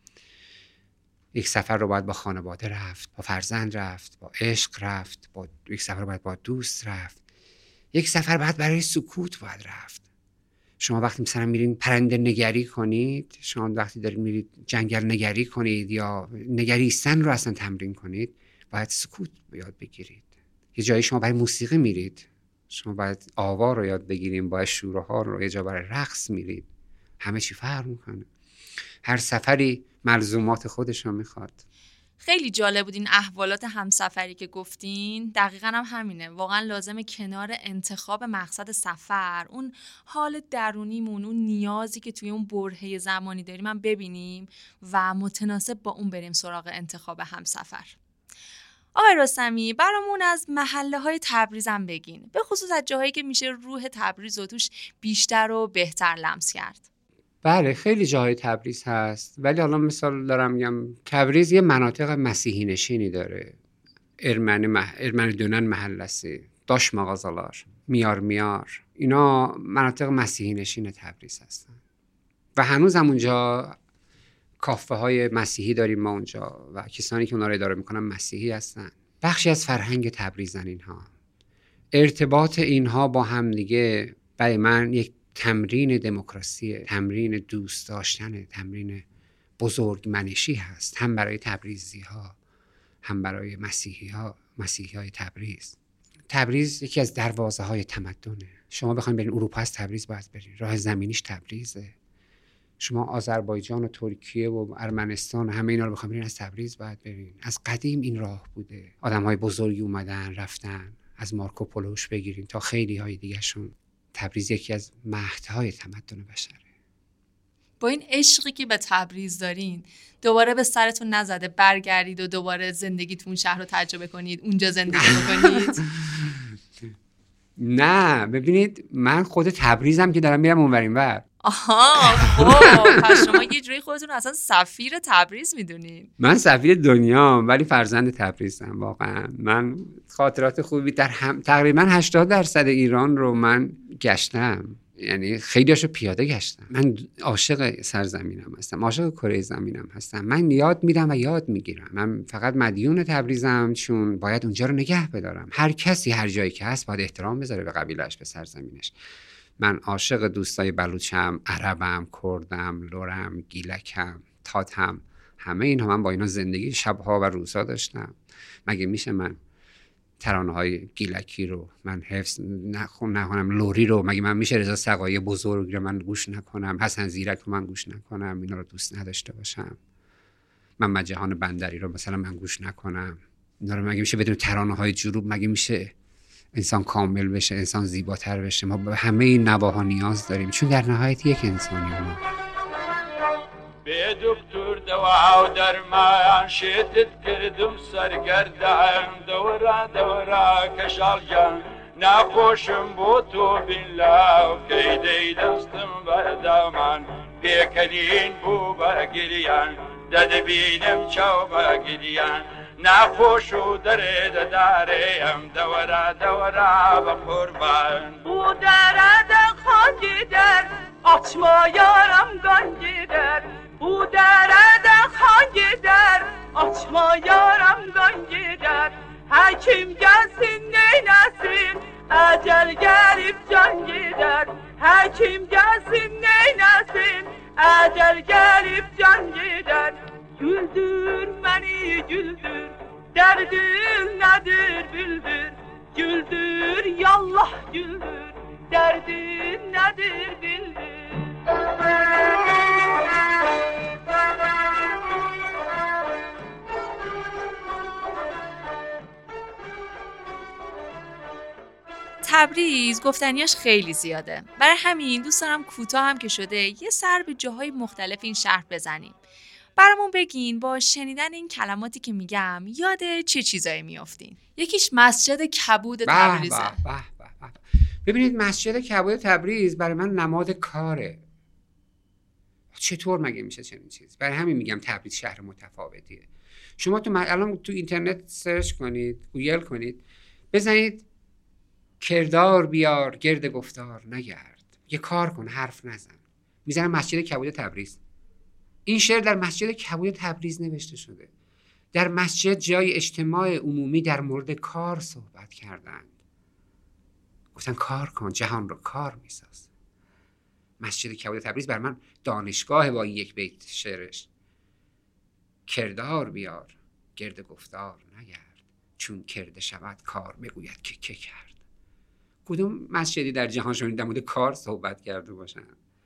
یک سفر رو باید با خانواده رفت، با فرزند رفت، با عشق رفت، یک سفر رو باید با دوست رفت. یک سفر بعد برای سکوت باید رفت. شما وقتی مثلا میرین پرنده نگری کنید، شما وقتی دارید میرید جنگل نگری کنید یا نگریستن رو اصلا تمرین کنید، باید سکوت یاد بگیرید. یه جایی شما برای موسیقی میرید، شما باید آوا رو یاد بگیریم، باید شورها رو. یه جا برای رقص میرید، همه چی فرق میکنه. هر سفری ملزومات خودش رو میخواد. خیلی جالب بود این احوالات همسفری که گفتین. دقیقاً هم همینه. واقعا لازمه کنار انتخاب مقصد سفر، اون حال درونیمون، اون نیازی که توی اون برهه زمانی داریم هم ببینیم و متناسب با اون بریم سراغ انتخاب همسفر. آقای رستمی، برامون از محله‌های تبریز هم بگین، به خصوص از جاهایی که میشه روح تبریز رو توش بیشتر و بهتر لمس کرد. بله، خیلی جاهای تبریز هست، ولی حالا مثال دارم میگم، تبریز یه مناطق مسیحی نشینی داره. Erməni dönən məhəlləsi، داش مغازالار، میار، اینا مناطق مسیحی نشین تبریز هستن و هنوز هم اونجا کافه های مسیحی داریم ما اونجا و کسانی که اونا رو اداره میکنن مسیحی هستن. بخشی از فرهنگ تبریزن اینها. ارتباط اینها با هم دیگه برای من یک تمرین دموکراسی، تمرین دوست داشتن، تمرین بزرگمنشی هست، هم برای تبریزی ها هم برای مسیحی های تبریز. تبریز یکی از دروازه های تمدنه. شما بخواید برین اروپا از تبریز باید برین، راه زمینیش تبریزه. شما آذربایجان و ترکیه و ارمنستان و همه اینا رو بخواید برین از تبریز باید برین. از قدیم این راه بوده، آدم های بزرگی اومدن رفتن، از مارکوپولوش بگیرین تا خیلی های دیگه شون. تبریز یکی از مهدهای تمدن بشره. با این عشقی که به تبریز دارین، دوباره به سرتون نزده برگردید و دوباره زندگیتون شهر رو تجربه کنید، اونجا زندگی بکنید؟ نه، ببینید من خود تبریزم که دارم میرم اونورین ور. آها، خب پس شما یه جوری خودتون اصلا سفیر تبریز میدونین. من سفیر دنیام ولی فرزند تبریزم. واقعا من خاطرات خوبی تقریبا 80% ایران رو من گشتم، یعنی خیلیاشو پیاده گشتم. من عاشق سرزمینم هستم، عاشق کره زمینم هستم. من یاد میدم و یاد میگیرم. من فقط مدیون تبریزم چون باید اونجا رو نگه بدارم. هر کسی هر جایی که هست باید احترام بذاره به قبیله‌اش، به سرزمینش. من عاشق دوستای بلوچم، عربم، کردم، لرم، گیلکم، تاتم، همه اینها. من با اینا زندگی شبها و روزها داشتم. مگه میشه من ترانه‌های گیلکی رو من حفظ نکنم، لوری رو مگه من میشه رضا سقایی بزرگ رو من گوش نکنم، حسن زیرک رو من گوش نکنم، اینا رو دوست نداشته باشم، محمد جهان بندری رو مثلا من گوش نکنم، اینا رو مگه میشه بدون ترانه‌های جنوب مگه میشه انسان کامل بشه، انسان زیباتر بشه؟ ما به همه این نواها نیاز داریم چون در نهایت یک انسانی ما. به دکتر دوا و درمان شدت کردم سرگردان، دورا کشال جان نخوشم بو تو بالله کی دیدستم بردامان بیکنین بو بگریان دد بینم چاو بگریان نخوشو داریم دورا به قربان بو درد خاکی در açma yaram kan gider. Bu derede kan gider. Açma yaram kan gider. Hekim gelsin neylesin, ecel gelip can gider. Hekim gelsin neylesin, ecel gelip can gider. Güldür beni güldür, derdin nedir bülbül. Güldür yallah güldür, derdin nedir bülbül. تبریز گفتنیاش خیلی زیاده. برای همین دوست دارم کوتاه هم که شده یه سر به جاهای مختلف این شهر بزنیم. برامون بگین با شنیدن این کلماتی که میگم یاد چه چیزایی میافتین؟ یکیش مسجد کبود تبریزه. ببینید مسجد کبود تبریز برای من نماد کاره. چطور مگه میشه چنین چیز؟ برای همین میگم تبریز شهر متفاوتیه. شما الان تو اینترنت سرچ کنید، گوگل کنید، بزنید کردار بیار گرد گفتار نگرد، یه کار کن حرف نزن، میزنم مسجد کبود تبریز. این شعر در مسجد کبود تبریز نوشته شده. در مسجد جای اجتماع عمومی در مورد کار صحبت کردند. گفتن کار کن، جهان رو کار میساز. مسجد کبود تبریز بر من دانشگاه با این یک بیت شعرش. کردار بیار گرد گفتار نگرد، چون کرده شود کار بگوید که کرد. کدوم مسجدی در جهان شما در مورد کار صحبت کرده باشن؟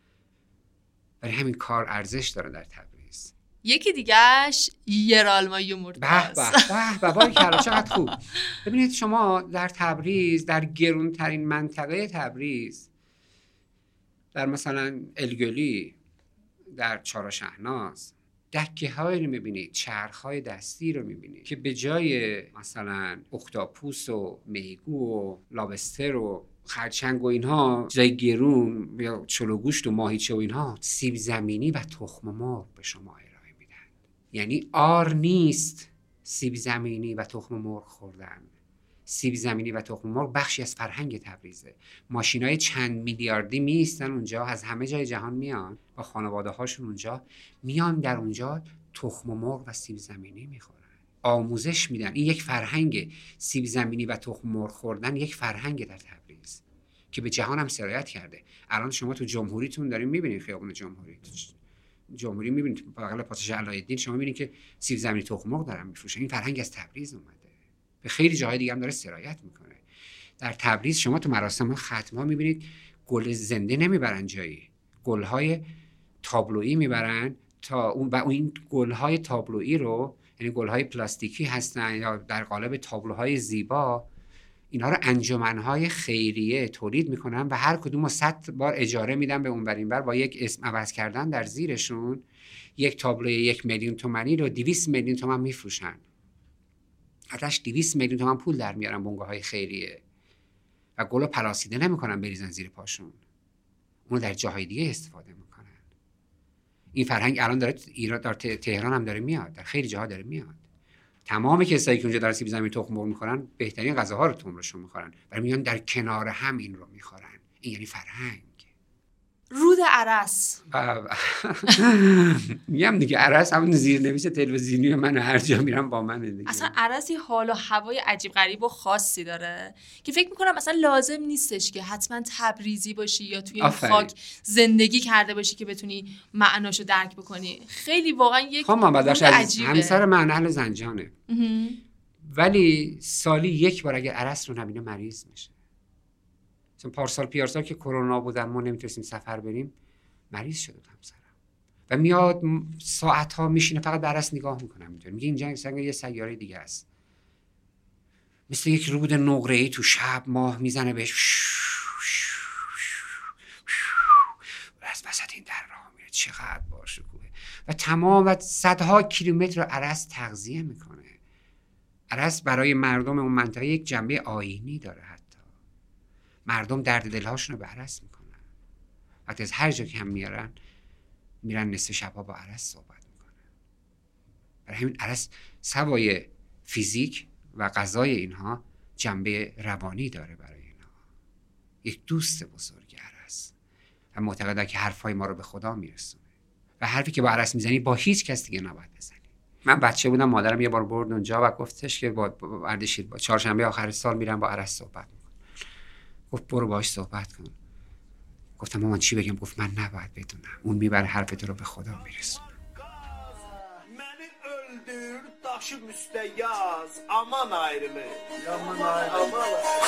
برای همین کار ارزش داره در تبریز. یکی دیگهش یرالما یومورتاز. به باری کلا چقدر خوب. ببینید شما در تبریز، در گرونترین منطقه تبریز، در مثلا الگلی، در چهارشهناز، دکه هایی رو میبینید، چرخ های دستی رو میبینید که به جای مثلا اختاپوس و میگو و لابستر و خرچنگ و اینها، جای گرون یا چلوگوشت و ماهیچه و اینها، سیب زمینی و تخم مرغ به شما ارائه میدن. یعنی عار نیست سیب زمینی و تخم مرغ خوردن. سیب زمینی و تخم مرغ بخشی از فرهنگ تبریزه. ماشینای چند میلیاردی میایستن اونجا، از همه جای جهان میان با خانواده هاشون اونجا میان، در اونجا تخم مرغ و سیب زمینی میخورن، آموزش میدن. این یک فرهنگ، سیب زمینی و تخم مرغ خوردن یک فرهنگ در تبریز که به جهان هم سرایت کرده. الان شما تو جمهوریتون دارین میبینید، خیابون جمهوری میبینید بغل پاساژ علایالدین، شما میبینید که سیب زمینی تخم مرغ دارن میفروشن. این فرهنگ از تبریز اومده، به خیلی جاهای دیگه هم داره سرایت میکنه. در تبریز شما تو مراسم ختم‌ها میبینید گل زنده نمیبرن جایی، گل‌های تابلویی میبرن تا اون، و این گل‌های تابلویی رو، یعنی گل‌های پلاستیکی هستن یا در قالب تابلوهای زیبا، اینا رو انجمن‌های خیریه تولید میکنن و هر کدوم رو 100 بار اجاره میدن به اون ور این ور، با یک اسم عوض کردن در زیرشون. یک تابلوی 1 میلیون تومانی رو 200 میلیون تومان میفروشن. ازش 200 میلیون تومان پول در میارن بنگاه‌های خیریه و گلو پلاسیده نمیکنن بریزن زیر پاشون، اونو در جاهای دیگه استفاده میکنن. این فرهنگ الان داره ایران، در تهران هم داره میاد، در خیلی جاها داره میاد. تمام کسایی که اونجا دارن سیب زمینی تخم مرغ میخورن بهترین غذاها رو تمرشون میخورن، ولی میان در کنار هم این رو میخورن. این یعنی فرهنگ. رود ارس. میگم دیگه ارس همون زیرنویس تلویزیونی من، هر جا میرم با من دیگه. اصلا ارس یه حال و هوای عجیب غریب و خاصی داره که فکر میکنم اصلا لازم نیستش که حتما تبریزی باشی یا توی این خاک زندگی کرده باشی که بتونی معناشو درک بکنی. خیلی واقعا یک عجیبه. همسر من اهل زنجانه، ولی سالی یک بار اگه ارس رو نبینه مریض میشه. چون پارسال که کرونا بودن ما نمیتونستیم سفر بریم، مریض شد همسرم و میاد ساعت‌ها میشینه فقط به ارس نگاه میکنه، میگه اینجا یه سیاره دیگه است، مثل یک رود نقره‌ای تو شب ماه میزنه بهش، از وسط این در راه میره، چقدر باشکوهه. و تمام و صدها کیلومتر رو ارس تغذیه میکنه. ارس برای مردم اون منطقه یک جنبه آیینی داره. مردم درد دلهاشون رو به ارس میکنن. وقتی از هر جا که هم میرن نصف شبها با ارس صحبت میکنن. برای همین ارس سوای فیزیک و غذای اینها جنبه روانی داره برای اینها. یک دوست بزرگ ارس و معتقده که حرفای ما رو به خدا میرسونه و حرفی که با ارس میزنی با هیچ کس دیگه نباید بزنی. من بچه بودم، مادرم یه بار برد اونجا و گفتش که با اردشیر با چهارشنبه آخر سال میرم با ارس صحبت. گفت برو باهاش صحبت kın. گفتم مامان چی بگم؟ گفت من نباید بدونم، اون میبره حرفت رو به خدا میرسونه. Məni öldür, daşım üstə yaz, aman ayrılı. Yaman ayrılı.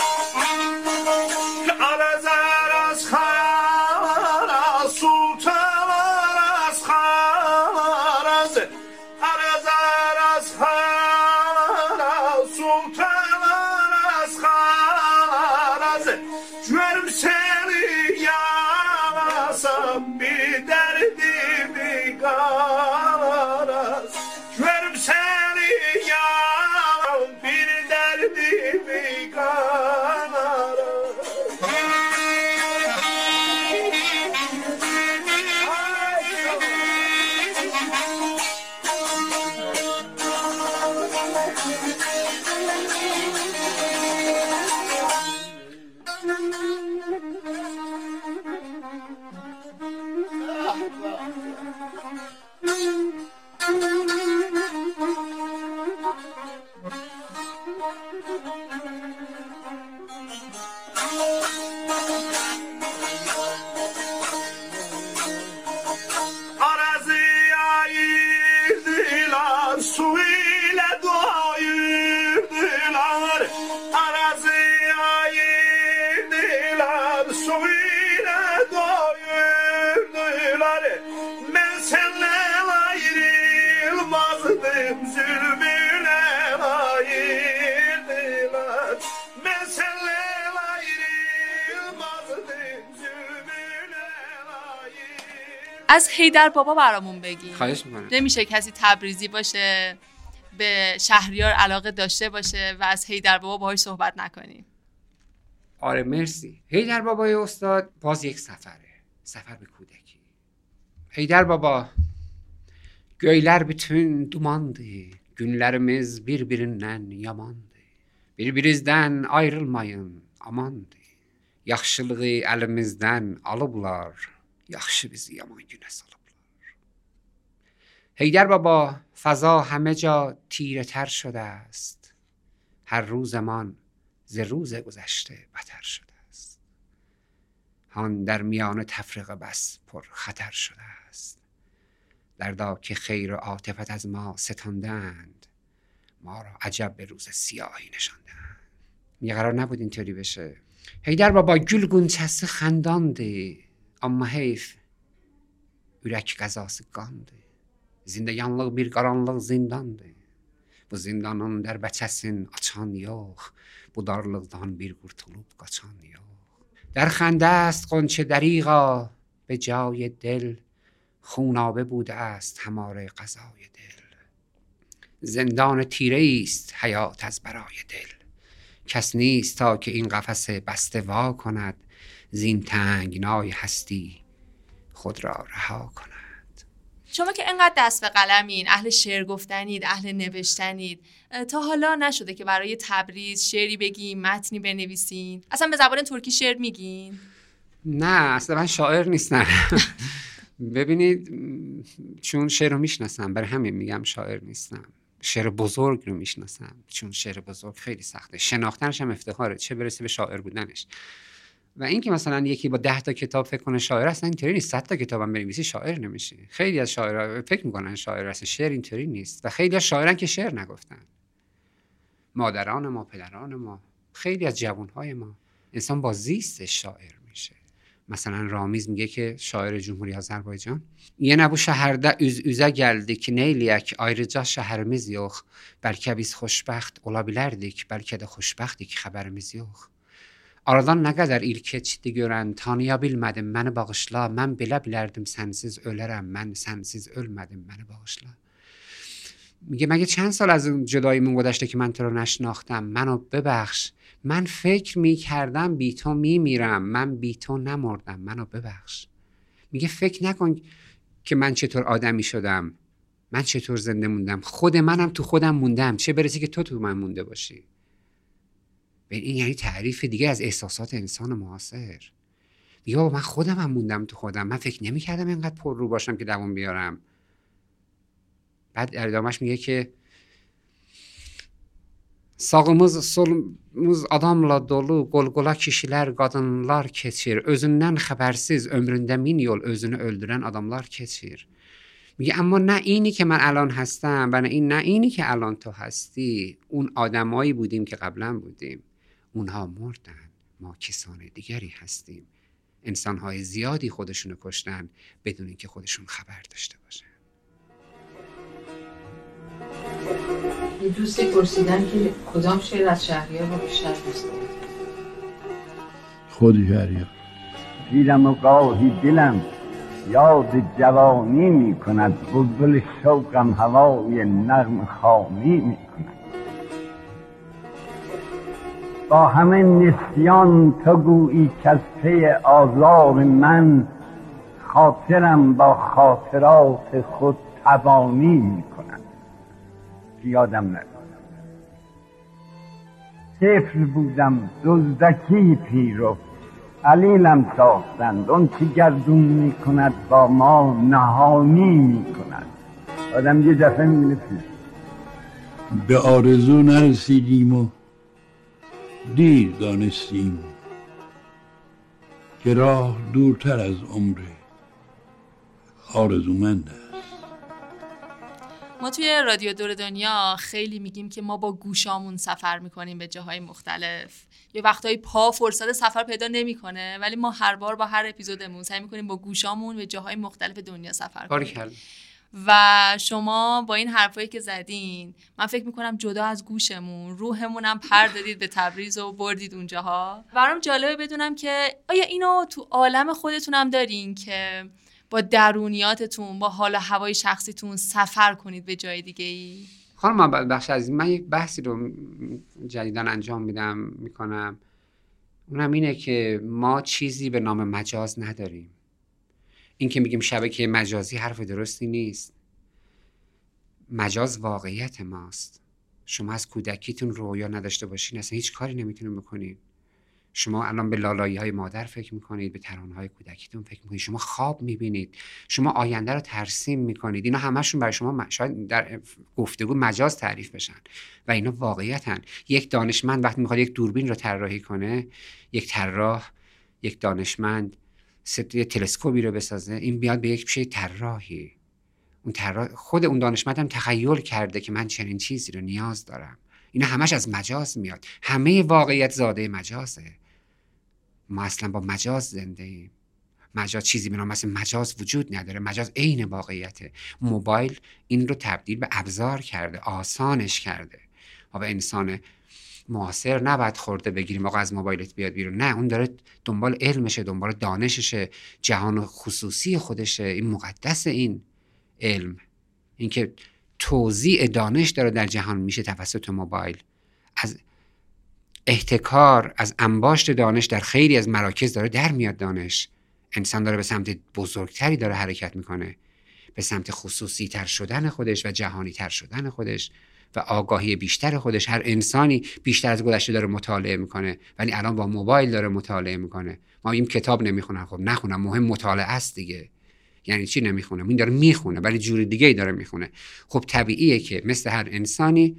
Araz araz xara, sultan araz xaraz. Araz araz xara, sultan araz xaraz. bir derdi bigar است görüm seni yar bir derdi bigar از حیدر بابا برامون بگین. خواهش میکنم. نمیشه کسی تبریزی باشه به شهریار علاقه داشته باشه و از حیدر بابا باهاش صحبت نکنیم. آره مرسی. حیدر بابای استاد باز یک سفر به kudeki. Heydər baba, göylər bütün dumandı, günlərimiz bir-birindən yamandı. Bir-birinizdən ayrılmayın, amandı. Yaxşılığı əlimizdən alıblar, yaxşı bizi yaman günə salıblar. Heydər baba, فضا همه جا تیره تر شده است. هر روزمان ز روز گذشته بتر شده است. هان در میان تفرقه بس پر خطر شده است. دردا که خیر و عاطفت از ما ستاندند، ما را عجب به روز سیاهی نشاندند. میگه قرار نبود اینطوری بشه. Heydər baba gül qunçəsi xəndandı, amma heyf ürək qəzası qandı. Zindəyanlıq bir qaranlıq zindandı. Bu zindanın dərbəçəsin açan yox, bu darlıqdan bir qurtulub qaçan yox. در خنده است قنچه دریغا به جای دل، خونابه بوده است هماره غذای دل. زندان تیره است حیات از برای دل، کس نیست تا که این قفس بسته وا کند، زین تنگنای هستی خود را رها کند. شما که انقدر دست به قلمین، اهل شعر گفتنید، اهل نوشتنید، تا حالا نشده که برای تبریز شعری بگین، متنی بنویسین؟ اصلا به زبان ترکی شعر میگین؟ نه اصلا من شاعر نیستم. ببینید چون شعر رو میشناسم برای همین میگم شاعر نیستم. شعر بزرگ رو میشناسم چون شعر بزرگ خیلی سخته، شناختنش هم افتخاره، چه برسه به شاعر بودنش. و این که مثلا یکی با 10 تا کتاب فکر کنه شاعر، اصلا اینطوری نیست. 100 تا کتاب هم بنویسی شاعر نمیشه. خیلی از شاعرها فکر میکنن شاعر هست، شعر اینطوری نیست. و خیلی از شاعران که شعر نگفتن، مادران ما، پدران ما، خیلی از جوانهای ما، انسان با زیستش شاعر میشه. مثلا رامیز میگه که شاعر جمهوری آذربایجان، یه bu şəhərdə üz-üzə gəldik neyləyək, ayrıca şəhərimiz yox, bəlkə biz xoşbəxt ola bilərdik, bəlkə də xoşbəxtik, xəbərimiz yox. Aradan nə qədər il keçdi görən, tanıya bilmədim, məni bağışla, mən belə bilərdim sənsiz ölərəm, mən sənsiz ölmədim, məni bağışla. میگه مگه چند سال از اون جداییمون گذشته که من تو رو نشناختم، منو ببخش، من فکر میکردم بی تو میمیرم، من بی تو نمردم، منو ببخش. میگه فکر نکن که من چطور آدمی شدم، من چطور زنده موندم، خود منم تو خودم موندم، چه برسه که تو من مونده باشی. این یعنی تعریف دیگه از احساسات انسان معاصر. میگه من خودم هم موندم تو خودم، من فکر نمیکردم اینقدر پر رو باشم که دوام بیارم. بعد ادامهش میگه که sağımız solumuz adamla dolu, qol-qola kişilər, qadınlar keçir, özündən xəbərsiz ömründə 1000 yol özünü öldürən adamlar keçir. میگه اما نه اینی که من الان هستم و نه اینی که الان تو هستی، اون آدمایی بودیم که قبلا بودیم، اونها مردن، ما کسان دیگری هستیم. انسانهای زیادی خودشونو کشتن بدون اینکه خودشون خبر داشته باشن. یه دوستی پرسیدن که کدام شعر از شهریار رو بیشتر دوست دارید؟ خود شهریار. دیلم و گاهی دلم یاد جوانی می کند، بلبل شوقم هوای نغم خوانی می کند. با همه نسیان تو گویی که از پی آزار من، خاطرم با خاطرات خود توانی می کند. یادم نکن طفل بودم دزدکی پیرو، علیلم ساختند اون که گردون می کند با ما نهانی می کند. آدم یه دفعه می پیش به آرزو نرسیدیم و دیر دانستیم که راه دورتر از عمر آرزومند است. ما توی رادیو دور دنیا خیلی میگیم که ما با گوشامون سفر میکنیم به جاهای مختلف. یه وقتایی پا فرصت سفر پیدا نمیکنه، ولی ما هر بار با هر اپیزودمون سعی میکنیم با گوشامون به جاهای مختلف دنیا سفر کنیم. و شما با این حرفایی که زدین، من فکر میکنم جدا از گوشمون روحمون هم پر دادید به تبریز و بردید اونجاها. برام جالبه بدونم که آیا اینو تو عالم خودتون هم دارین که با درونیاتتون، با حال و هوای شخصیتون سفر کنید به جای دیگه ای؟ خانم بخش عزیز، من یک بحثی رو جدیداً انجام میکنم. اونم اینه که ما چیزی به نام مجاز نداریم. این که میگیم شبکه مجازی حرف درستی نیست. مجاز واقعیت ماست. شما از کودکیتون رویا نداشته باشین اصلا هیچ کاری نمیتونین بکنین. شما الان به لالایی‌های مادر فکر میکنید، به ترانه‌های کودکیتون فکر میکنید، شما خواب میبینید، شما آینده رو ترسیم میکنید. اینا همشون برای شما شاید در گفتگو مجاز تعریف بشن و اینا واقعیتن. یک دانشمند وقتی میخواد یک دوربین رو طراحی کنه، یک طراح، یک دانشمند یه تلسکوپی رو بسازه، این بیاد به یک پیشه طراحی، اون طراح خود اون دانشمند هم تخیل کرده که من چنین چیزی رو نیاز دارم. اینا همش از مجاز میاد. همه واقعیت زاده مجازه. ما اصلا با مجاز زنده ایم. مجاز چیزی به نام مثل مجاز وجود نداره. مجاز عین واقعیته. موبایل این رو تبدیل به ابزار کرده، آسانش کرده. و انسان معاصر نباید خورده بگیریم آقا از موبایلت بیاد بیرون. نه، اون داره دنبال علمشه، دنبال دانششه، جهان خصوصی خودشه. این مقدس، این علم، این که توزیع دانش داره در جهان میشه توسط موبایل. از احتکار، از انباشت دانش در خیلی از مراکز داره در میاد دانش. انسان داره به سمت بزرگتری داره حرکت میکنه، به سمت خصوصی تر شدن خودش و جهانی تر شدن خودش و آگاهی بیشتر خودش. هر انسانی بیشتر از گذشته داره مطالعه میکنه، ولی الان با موبایل داره مطالعه میکنه. ما این کتاب نمیخونم، خب نخونم، مهم مطالعه است دیگه. یعنی چی نمیخونه؟ این داره میخونه ولی جور دیگه ای داره میخونه. خب طبیعیه که مثل هر انسانی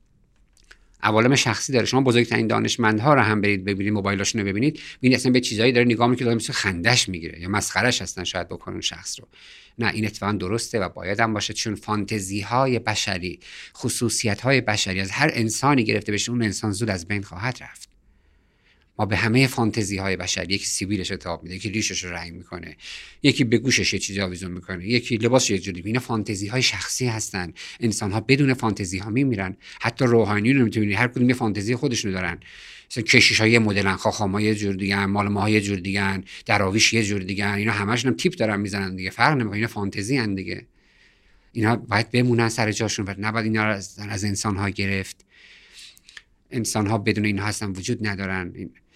عوالم شخصی داره. شما بزرگترین دانشمندها رو هم برید ببینید، موبایلاشون رو ببینید، ببینید اصلا به چیزایی داره نگاه میکنه که مثل خندش میگیره یا مسخرهش هستن شاید بکنن اون شخص رو. نه، این اتفاقا درسته و باید هم باشه، چون فانتزی های بشری، خصوصیت های بشری از هر انسانی گرفته بشه اون انسان زود از بین خواهد رفت. ما به همه فانتزی های بشری، یکی سیبیلش تاب میده، یکی ریشش رو رنگ میکنه، یکی به گوشش یه چیزی آویزون میکنه، یکی لباسش یه جوری. اینا فانتزی های شخصی هستن. انسان ها بدون فانتزی ها میمیرن. حتی روحانی رو میتونید هر کدوم یه فانتزی خودشونو دارن. مثلا کشیش های مدلن، خاخاما یه جور دیگه، مال ما یه جور دیگه، دراویش یه جور دیگه. اینا همشون هم تیپ دارن میزنن دیگه، فرق نمیکنه. اینا فانتزی ان دیگه. اینا باید بمونن سر جاشون و نباید اینا رو از انسان ها گرفت. انسان ها بدون اینها هستن وجود ندارن.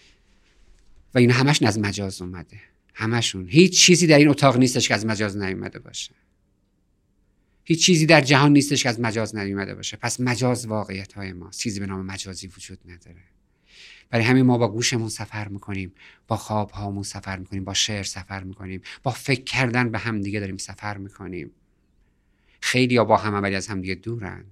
و اینا همش از مجاز اومده. همشون. هیچ چیزی در این اتاق نیستش که از مجاز نیومده باشه. هیچ چیزی در جهان نیستش که از مجاز نیومده باشه. پس مجاز واقعیت های ما. چیزی به نام مجازی وجود نداره. برای همین ما با گوشمون سفر میکنیم، با خواب هامون سفر میکنیم، با شعر سفر میکنیم، با فکر کردن به هم دیگه داریم سفر میکنیم. خیلی ها با هم ولی از هم دیگه دورن.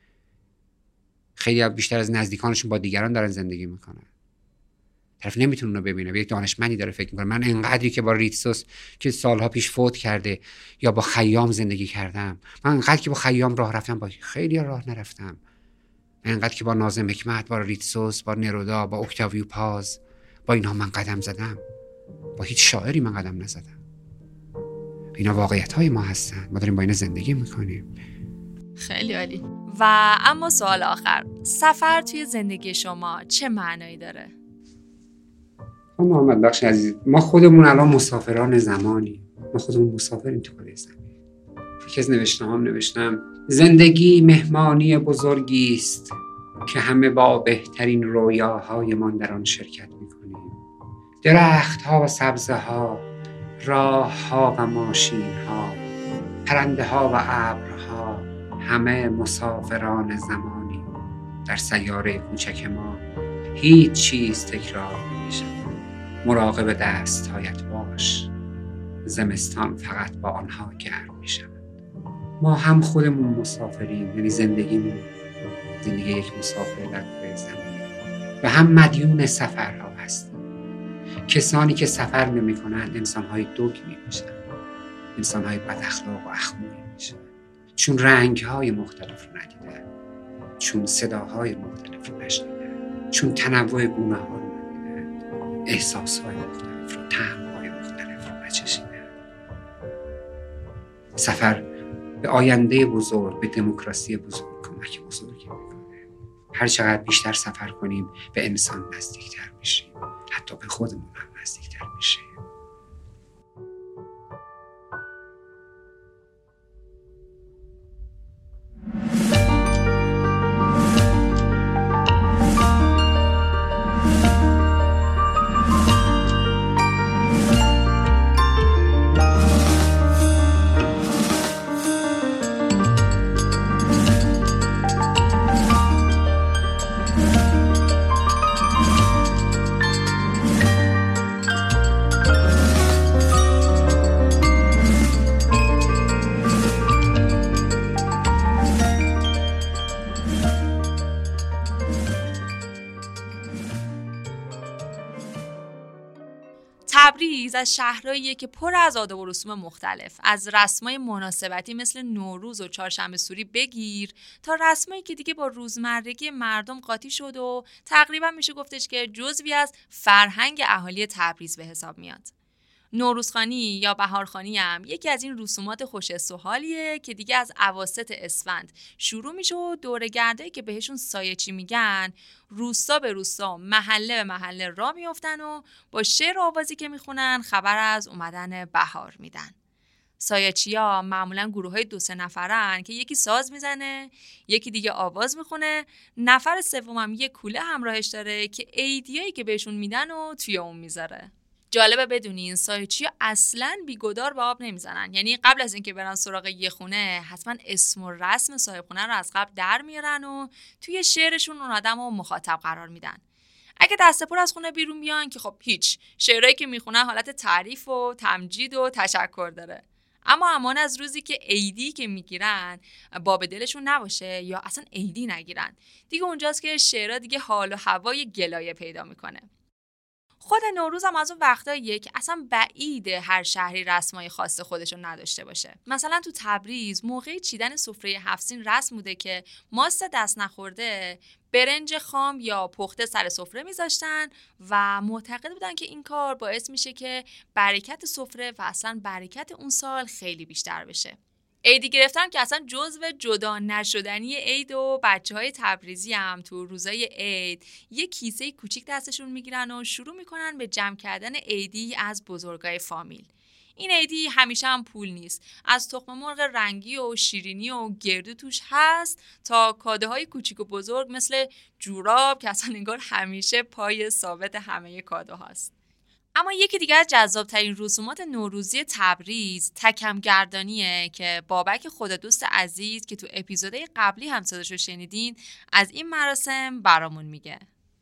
خیلی ها بیشتر از نزدیکانشون با دیگران دارن زندگی میکنن. طرف نمیتونه اونو ببینه. یک دانشمندی داره فکر میکنه من انقدری که با ریتسوس که سالها پیش فوت کرده یا با خیام زندگی کردم، من انقدر که با خیام راه رفتم با خیلی راه نرفتم، من انقدر که با ناظم حکمت، با ریتسوس، با نرودا، با اکتاویو پاز، با اینها من قدم زدم، با هیچ شاعری من قدم نزدم. اینا واقعیت های ما هستن، ما داریم با اینا زندگی میکنیم. خیلی عالی. و اما سوال آخر، سفر توی زندگی شما چه معنایی داره؟ محمد بخش عزیز، ما خودمون الان مسافران زمانیم. ما خودمون مسافریم تو کره زمین. یکی از نوشته‌هام نوشتم زندگی مهمانی بزرگی است که همه با بهترین رویاهایمان در آن شرکت می‌کنیم. درخت‌ها و سبزه‌ها، راه‌ها و ماشین‌ها، پرنده‌ها و ابرها، همه مسافران زمانی. در سیاره کوچک ما هیچ چیز تکرار نمی‌شود. مراقب دست‌هایت باش. زمستان فقط با آنها گرم می‌شود. ما هم خودمون مسافریم، یعنی زندگی یک مسافر در کره زمین و هم مدیون سفرها هستیم. کسانی که سفر نمی‌کنند انسان‌های دگمی میشن، انسان‌های بد اخلاق و اخموی میشن، چون رنگ‌های مختلف رو ندیدن، چون صداهای مختلف رو نشنیدن، چون تنوع گونه‌ها رو ندیدن، احساس‌های مختلف رو، طعم‌های مختلف رو نچشیدن. سفر به آینده بزرگ، به دموکراسی بزرگ کمک بزرگی میکنه. هر چقدر بیشتر سفر کنیم به انسان نزدیکتر میشیم، حتی به خودمون هم نزدیکتر میشیم. تبریز از شهرهاییه که پر از آداب و رسوم مختلف، از رسمای مناسبتی مثل نوروز و چهارشنبه سوری بگیر تا رسمایی که دیگه با روزمرگی مردم قاطی شد و تقریبا میشه گفتش که جزوی از فرهنگ اهالی تبریز به حساب میاد. نوروزخوانی یا بهارخوانی هم یکی از این رسومات خوش حس و حالیه که دیگه از اواسط اسفند شروع میشه و دوره‌گردایی که بهشون سایه‌چی میگن روستا به روستا، محله به محله راه میافتن و با شعر و آوازی که میخونن خبر از اومدن بهار میدن. سایه‌چی‌ها معمولاً گروه‌های 2-3 نفرن که یکی ساز میزنه، یکی دیگه آواز میخونه، نفر سومم یه کوله همراهش داره که ایدیایی که بهشون میدن و توی اون میذاره. جالبه بدونین سایه‌چی‌ها اصلاً بیگدار به آب نمیزنن، یعنی قبل از اینکه برن سراغ یه خونه حتما اسم و رسم صاحب خونه رو از قبل در میارن و توی شعرشون اون آدمو مخاطب قرار میدن. اگه دست پر از خونه بیرون بیان که خب هیچ، شعرهایی که میخونن حالت تعریف و تمجید و تشکر داره. اما امان از روزی که عیدی که میگیرن باب دلشون نباشه یا اصلا عیدی نگیرن، دیگه اونجاست که شعرها دیگه حال و هوای گلایه پیدا میکنه. خود نوروز هم از اون وقتاییه که اصلا بعیده هر شهری رسمای خاص خودشو نداشته باشه. مثلا تو تبریز موقع چیدن سفره 7 سین رسم بوده که ماست دست نخورده برنج خام یا پخته سر سفره میذاشتن و معتقد بودن که این کار باعث میشه که برکت سفره و اصلا برکت اون سال خیلی بیشتر بشه. عیدی گرفتن که اصلا جزو جدا نشدنی عید و بچه‌های تبریزی هم تو روزای عید یه کیسه کوچیک دستشون میگیرن و شروع میکنن به جمع کردن عیدی از بزرگای فامیل. این عیدی همیشه هم پول نیست، از تخم مرغ رنگی و شیرینی و گردو توش هست تا کادوهای کوچیک و بزرگ مثل جوراب که اصلا انگار همیشه پای ثابت همه کادوهاست. اما یکی دیگه از جذاب‌ترین رسومات نوروزی تبریز تکم گردانیه که بابک خدا دوست عزیز که تو اپیزودهای قبلی هم صداشو شنیدین از این مراسم برامون میگه.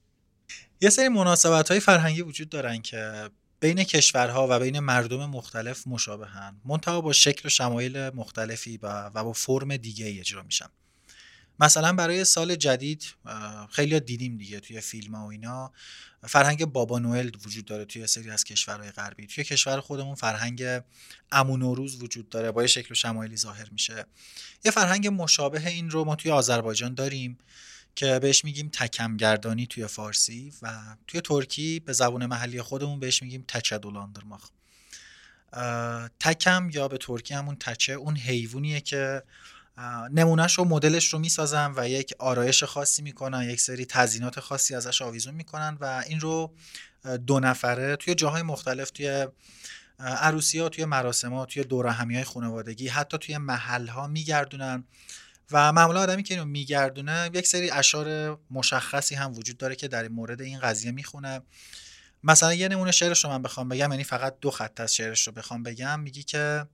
یه سری مناسبت‌های فرهنگی وجود دارن که بین کشورها و بین مردم مختلف مشابهن، منتها با شکل و شمایل مختلفی و با فرم دیگه اجرا میشن. مثلا برای سال جدید خیلی دیدیم دیگه توی فیلم‌ها و اینا فرهنگ بابا نوئل وجود داره توی سری از کشورهای غربی. توی کشور خودمون فرهنگ عمو نوروز وجود داره، با شکل و شمایلی ظاهر میشه. یه فرهنگ مشابه این رو ما توی آذربایجان داریم که بهش میگیم تکم گردانی توی فارسی و توی ترکی به زبان محلی خودمون بهش میگیم تچه دولاندرماخ. تکم یا به ترکی همون تچه اون حیوانیه که نمونهش و مدلش رو میسازن و یک آرایش خاصی میکنن، یک سری تزیینات خاصی ازش آویزون میکنن و این رو 2 نفره توی جاهای مختلف توی عروسی‌ها توی مراسم‌ها، توی دور همی‌های خانوادگی، حتی توی محل‌ها میگردونن و معمولا آدمی که اینو میگردونه یک سری اشعار مشخصی هم وجود داره که در این مورد این قضیه میخونه. مثلا یه نمونه شعرش رو من بخوام بگم، یعنی فقط 2 خط از شعرش رو بخوام بگم، میگی که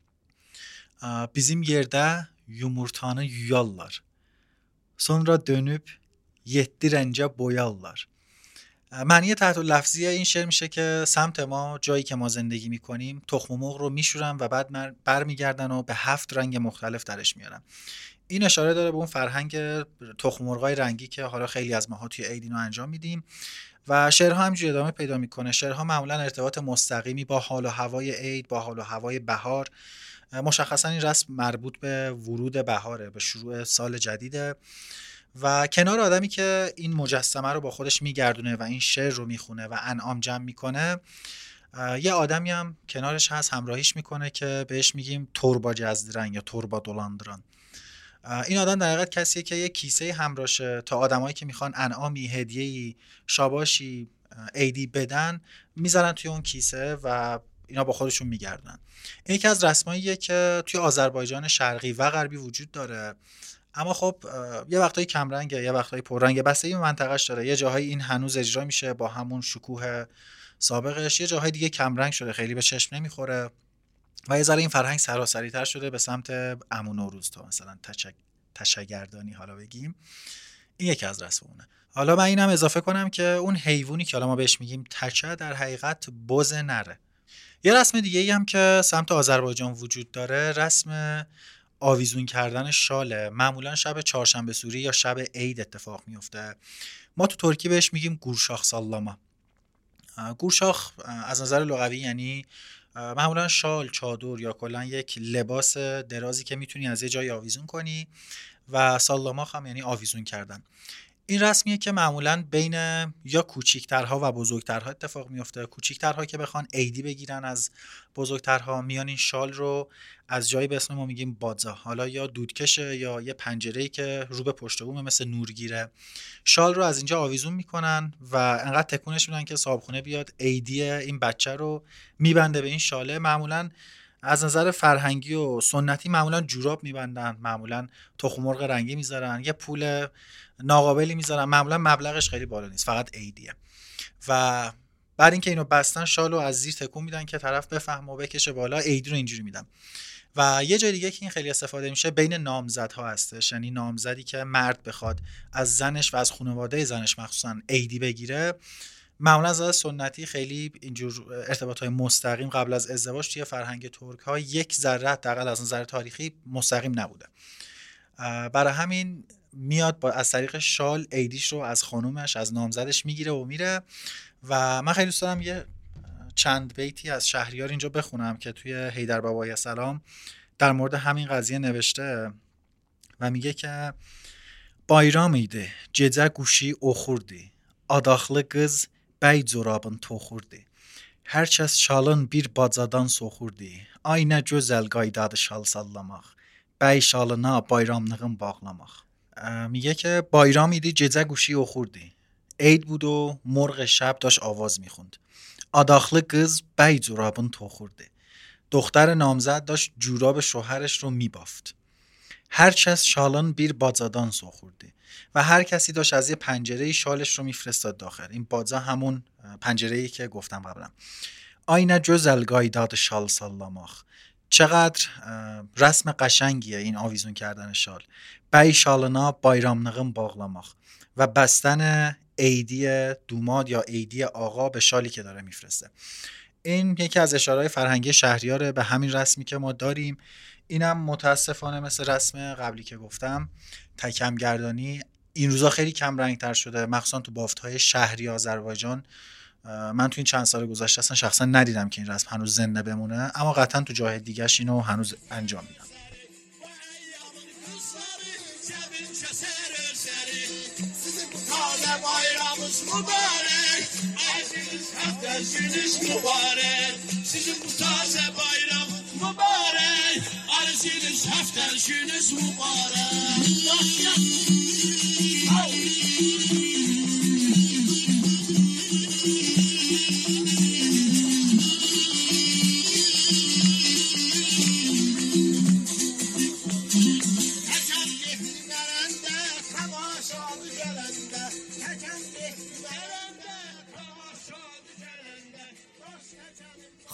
bizim yerdə yumurtanı yuyarlar. Sonra dönüp 7 رنجه boyarlar. معنی تحت لفظی این شعر میشه که سمت ما، جایی که ما زندگی میکنیم، تخم مرغ رو میشورن و بعد برمیگردن و به 7 رنگ مختلف درش میارن. این اشاره داره به اون فرهنگ تخم مرغای رنگی که حالا خیلی از ماها توی عید اینو انجام میدیم و شعرها همینجوری ادامه پیدا میکنه. شعرها معمولا ارتباط مستقیمی با حال و هوای عید، با حال و هوای بهار. مشخصا این رسم مربوط به ورود بهاره، به شروع سال جدیده و کنار آدمی که این مجسمه رو با خودش میگردونه و این شعر رو میخونه و انعام جمع میکنه، یه آدمی هم کنارش هست همراهیش میکنه که بهش میگیم توربا جزدیرن یا توربا دولاندران. این آدم در حقیقت کسیه که یه کیسه همراشه تا آدمایی که میخوان انعامی، هدیه‌ای، شاباشی، عیدی بدن میذارن توی اون کیسه و اینا با خودشون میگردن. این یکی از رسماییه که توی آذربایجان شرقی و غربی وجود داره، اما خب یه وقتایی کمرنگه، یه وقتایی پررنگه، بستگی به منطقه‌اش داره. یه جاهایی این هنوز اجرا میشه با همون شکوه سابقش، یه جاهای دیگه کمرنگ شده، خیلی به چشم نمیخوره و یه ذره این فرهنگ سراسری‌تر شده به سمت عمو نوروز تا مثلا تشگردانی حالا بگیم. این یکی از رسمونه. حالا من اینم اضافه کنم که اون حیوانی که حالا ما بهش میگیم تچه در حقیقت بز نره. یه رسم دیگه ای هم که سمت آذربایجان وجود داره رسم آویزون کردن شاله. معمولا شب چهارشنبه سوری یا شب عید اتفاق میفته. ما تو ترکی بهش میگیم گورشاخ سالاما. گورشاخ از نظر لغوی یعنی معمولا شال، چادر یا کلا یک لباس درازی که میتونی از یه جای آویزون کنی و سالاماخ هم یعنی آویزون کردن. این رسمیه که معمولا بین یا کوچیکترها و بزرگترها اتفاق میفته. کوچیکترها که بخوان عیدی بگیرن از بزرگترها میان این شال رو از جایی به اسم ما میگیم بادزا، حالا یا دودکشه یا یه پنجره‌ای که رو به پشت بومه مثل نورگیره، شال رو از اینجا آویزون میکنن و انقدر تکونش میدن که صاحبخونه بیاد عیدی این بچه رو میبنده به این شاله. معمولا از نظر فرهنگی و سنتی معمولا جوراب میبندن، معمولا تخم مرغ رنگی میذارن، یه پول ناقابلی میذارن، معمولا مبلغش خیلی بالا نیست، فقط عیدیه. و بعد اینکه اینو بستن شالو از زیر تکون میدن که طرف بفهمه و بکشه بالا، عیدی رو اینجوری میدن. و یه جای دیگه که این خیلی استفاده میشه بین نامزدها هستش، یعنی نامزدی که مرد بخواد از زنش و از خانواده زنش مخصوصا عیدی بگیره، معمولا از سنتی خیلی اینجور ارتباطات مستقیم قبل از ازدواج توی فرهنگ ترک ها یک ذره حداقل از نظر تاریخی مستقیم نبوده. برای همین میاد با از طریق شال عیدیش رو از خانومش، از نامزدش میگیره و میره. و من خیلی دوست دارم یه چند بیتی از شهریار اینجا بخونم که توی حیدر بابای سلام در مورد همین قضیه نوشته و میگه که bayram idi, gecə quşu oxurdu, adaxlı qız bəy corabın toxurdu. Hər kəs şalın bir bacadan soxurdu, ay nə gözəl qaydadı şal sallamaq, bəy şalına bayramlığın bağlamaq. میگه که bayram idi, gecə quşu oxurdu. عید بود و مرغ شب داشت آواز میخوند. adaxlı qız bəy corabın toxurdu. دختر نامزد داشت جوراب شوهرش رو میبافت. هر کس شالان بیر باجادان سوخورده و هر کسی داشت از یه پنجره شالش رو میفرستاد داخل. این باجا همون پنجره‌ای که گفتم قبلا. آینه جزل گایداد شال سالاماخ. چقدر رسم قشنگیه این آویزون کردن شال. بی شالنا بایرامنغم باغلاماخ و بستن عیدی دوماد یا عیدی آقا به شالی که داره میفرسته. این یکی از اشاره‌های فرهنگی شهریاره به همین رسمی که ما داریم. اینم متاسفانه مثل رسم قبلی که گفتم تکم گردانی این روزا خیلی کم رنگ تر شده، مخصوصا تو بافت‌های شهری آذربایجان. من تو این چند سال گذشته اصلا شخصا ندیدم که این رسم هنوز زنده بمونه، اما قطعا تو جاهای دیگه‌اش اینو هنوز انجام میدن. Arziniz hafter günüz mübarek.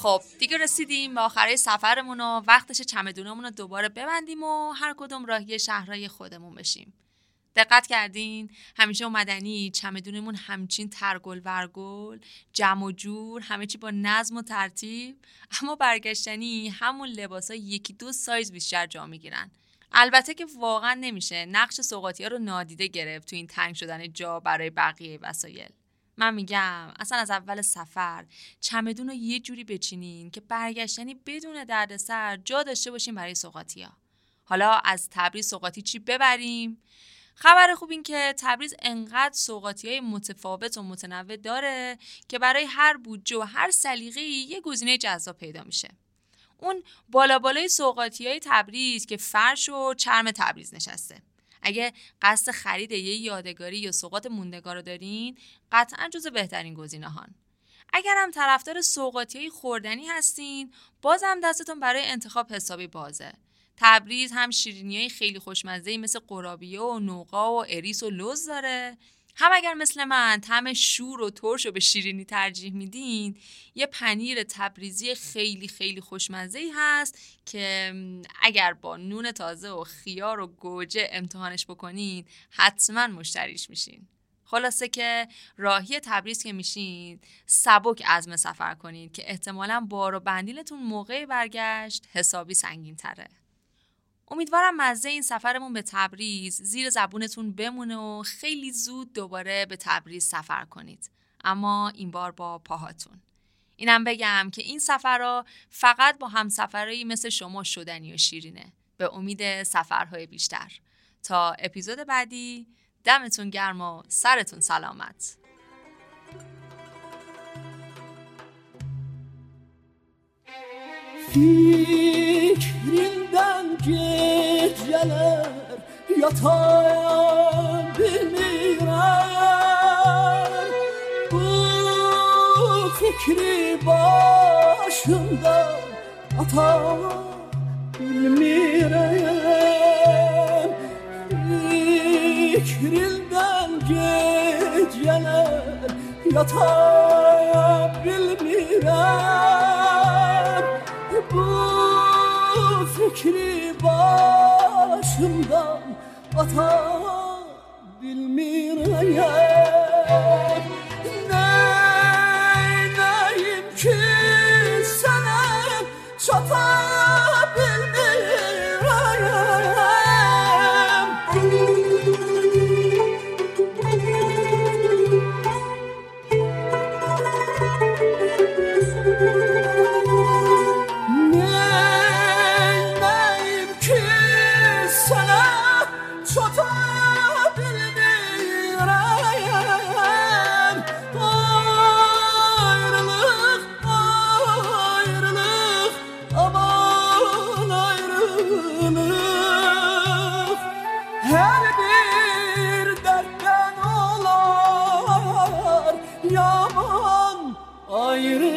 خب دیگه رسیدیم به آخرای سفرمون و وقتش چمدونامون رو دوباره ببندیم و هر کدوم راهی شهرهای خودمون بشیم. دقت کردین؟ همیشه اومدنی چمدونمون همچین ترگل ورگل، جمع و جور، همه چی با نظم و ترتیب، اما برگشتنی همون لباسا 1-2 سایز بیشتر جا میگیرن. البته که واقعا نمیشه نقش سوغاتی‌ها رو نادیده گرفت تو این تنگ شدن جا برای بقیه وسایل. من میگم اصلا از اول سفر چمدون رو یه جوری بچینین که برگشتنی بدون دردسر جا داشته باشیم برای سوغاتی‌ها. حالا از تبریز سوغاتی چی ببریم؟ خبر خوب این که تبریز انقدر سوغاتی‌های متفاوت و متنوع داره که برای هر بودجه و هر سلیقه‌ای یه گزینه جذاب پیدا میشه. اون بالای سوغاتی‌های تبریز که فرش و چرم تبریز نشسته. اگه قصد خرید یه یادگاری یا سوغات موندگار رو دارین، قطعاً جزو بهترین گزینه‌هان. اگر هم طرفدار سوغاتی‌های خوردنی هستین، بازم دستتون برای انتخاب حسابی بازه. تبریز هم شیرینی‌های خیلی خوشمزه‌ای مثل قرابیه و نوقا و اریس و لوز داره، هم اگر مثل من طعم شور و ترش رو به شیرینی ترجیح میدین، یه پنیر تبریزی خیلی خیلی خوشمزه‌ای هست که اگر با نون تازه و خیار و گوجه امتحانش بکنین حتما مشتریش میشین. خلاصه که راهی تبریز که میشین سبک عزم سفر کنید که احتمالاً بار و بندیلتون موقع برگشت حسابی سنگین تره. امیدوارم مزه این سفرمون به تبریز زیر زبونتون بمونه و خیلی زود دوباره به تبریز سفر کنید، اما این بار با پاهاتون. اینم بگم که این سفرها فقط با همسفرایی مثل شما شدنی و شیرینه. به امید سفرهای بیشتر. تا اپیزود بعدی، دمتون گرم و سرتون سلامت. Fikrinden geceler yatağım bilmirem, bu fikri başımdan atam bilmirem. Fikrinden geceler yatağım bilmirem, bu fikri başımdan atabilmirəm. Neynəyim ki sənə çatabilmirəm. Ayrı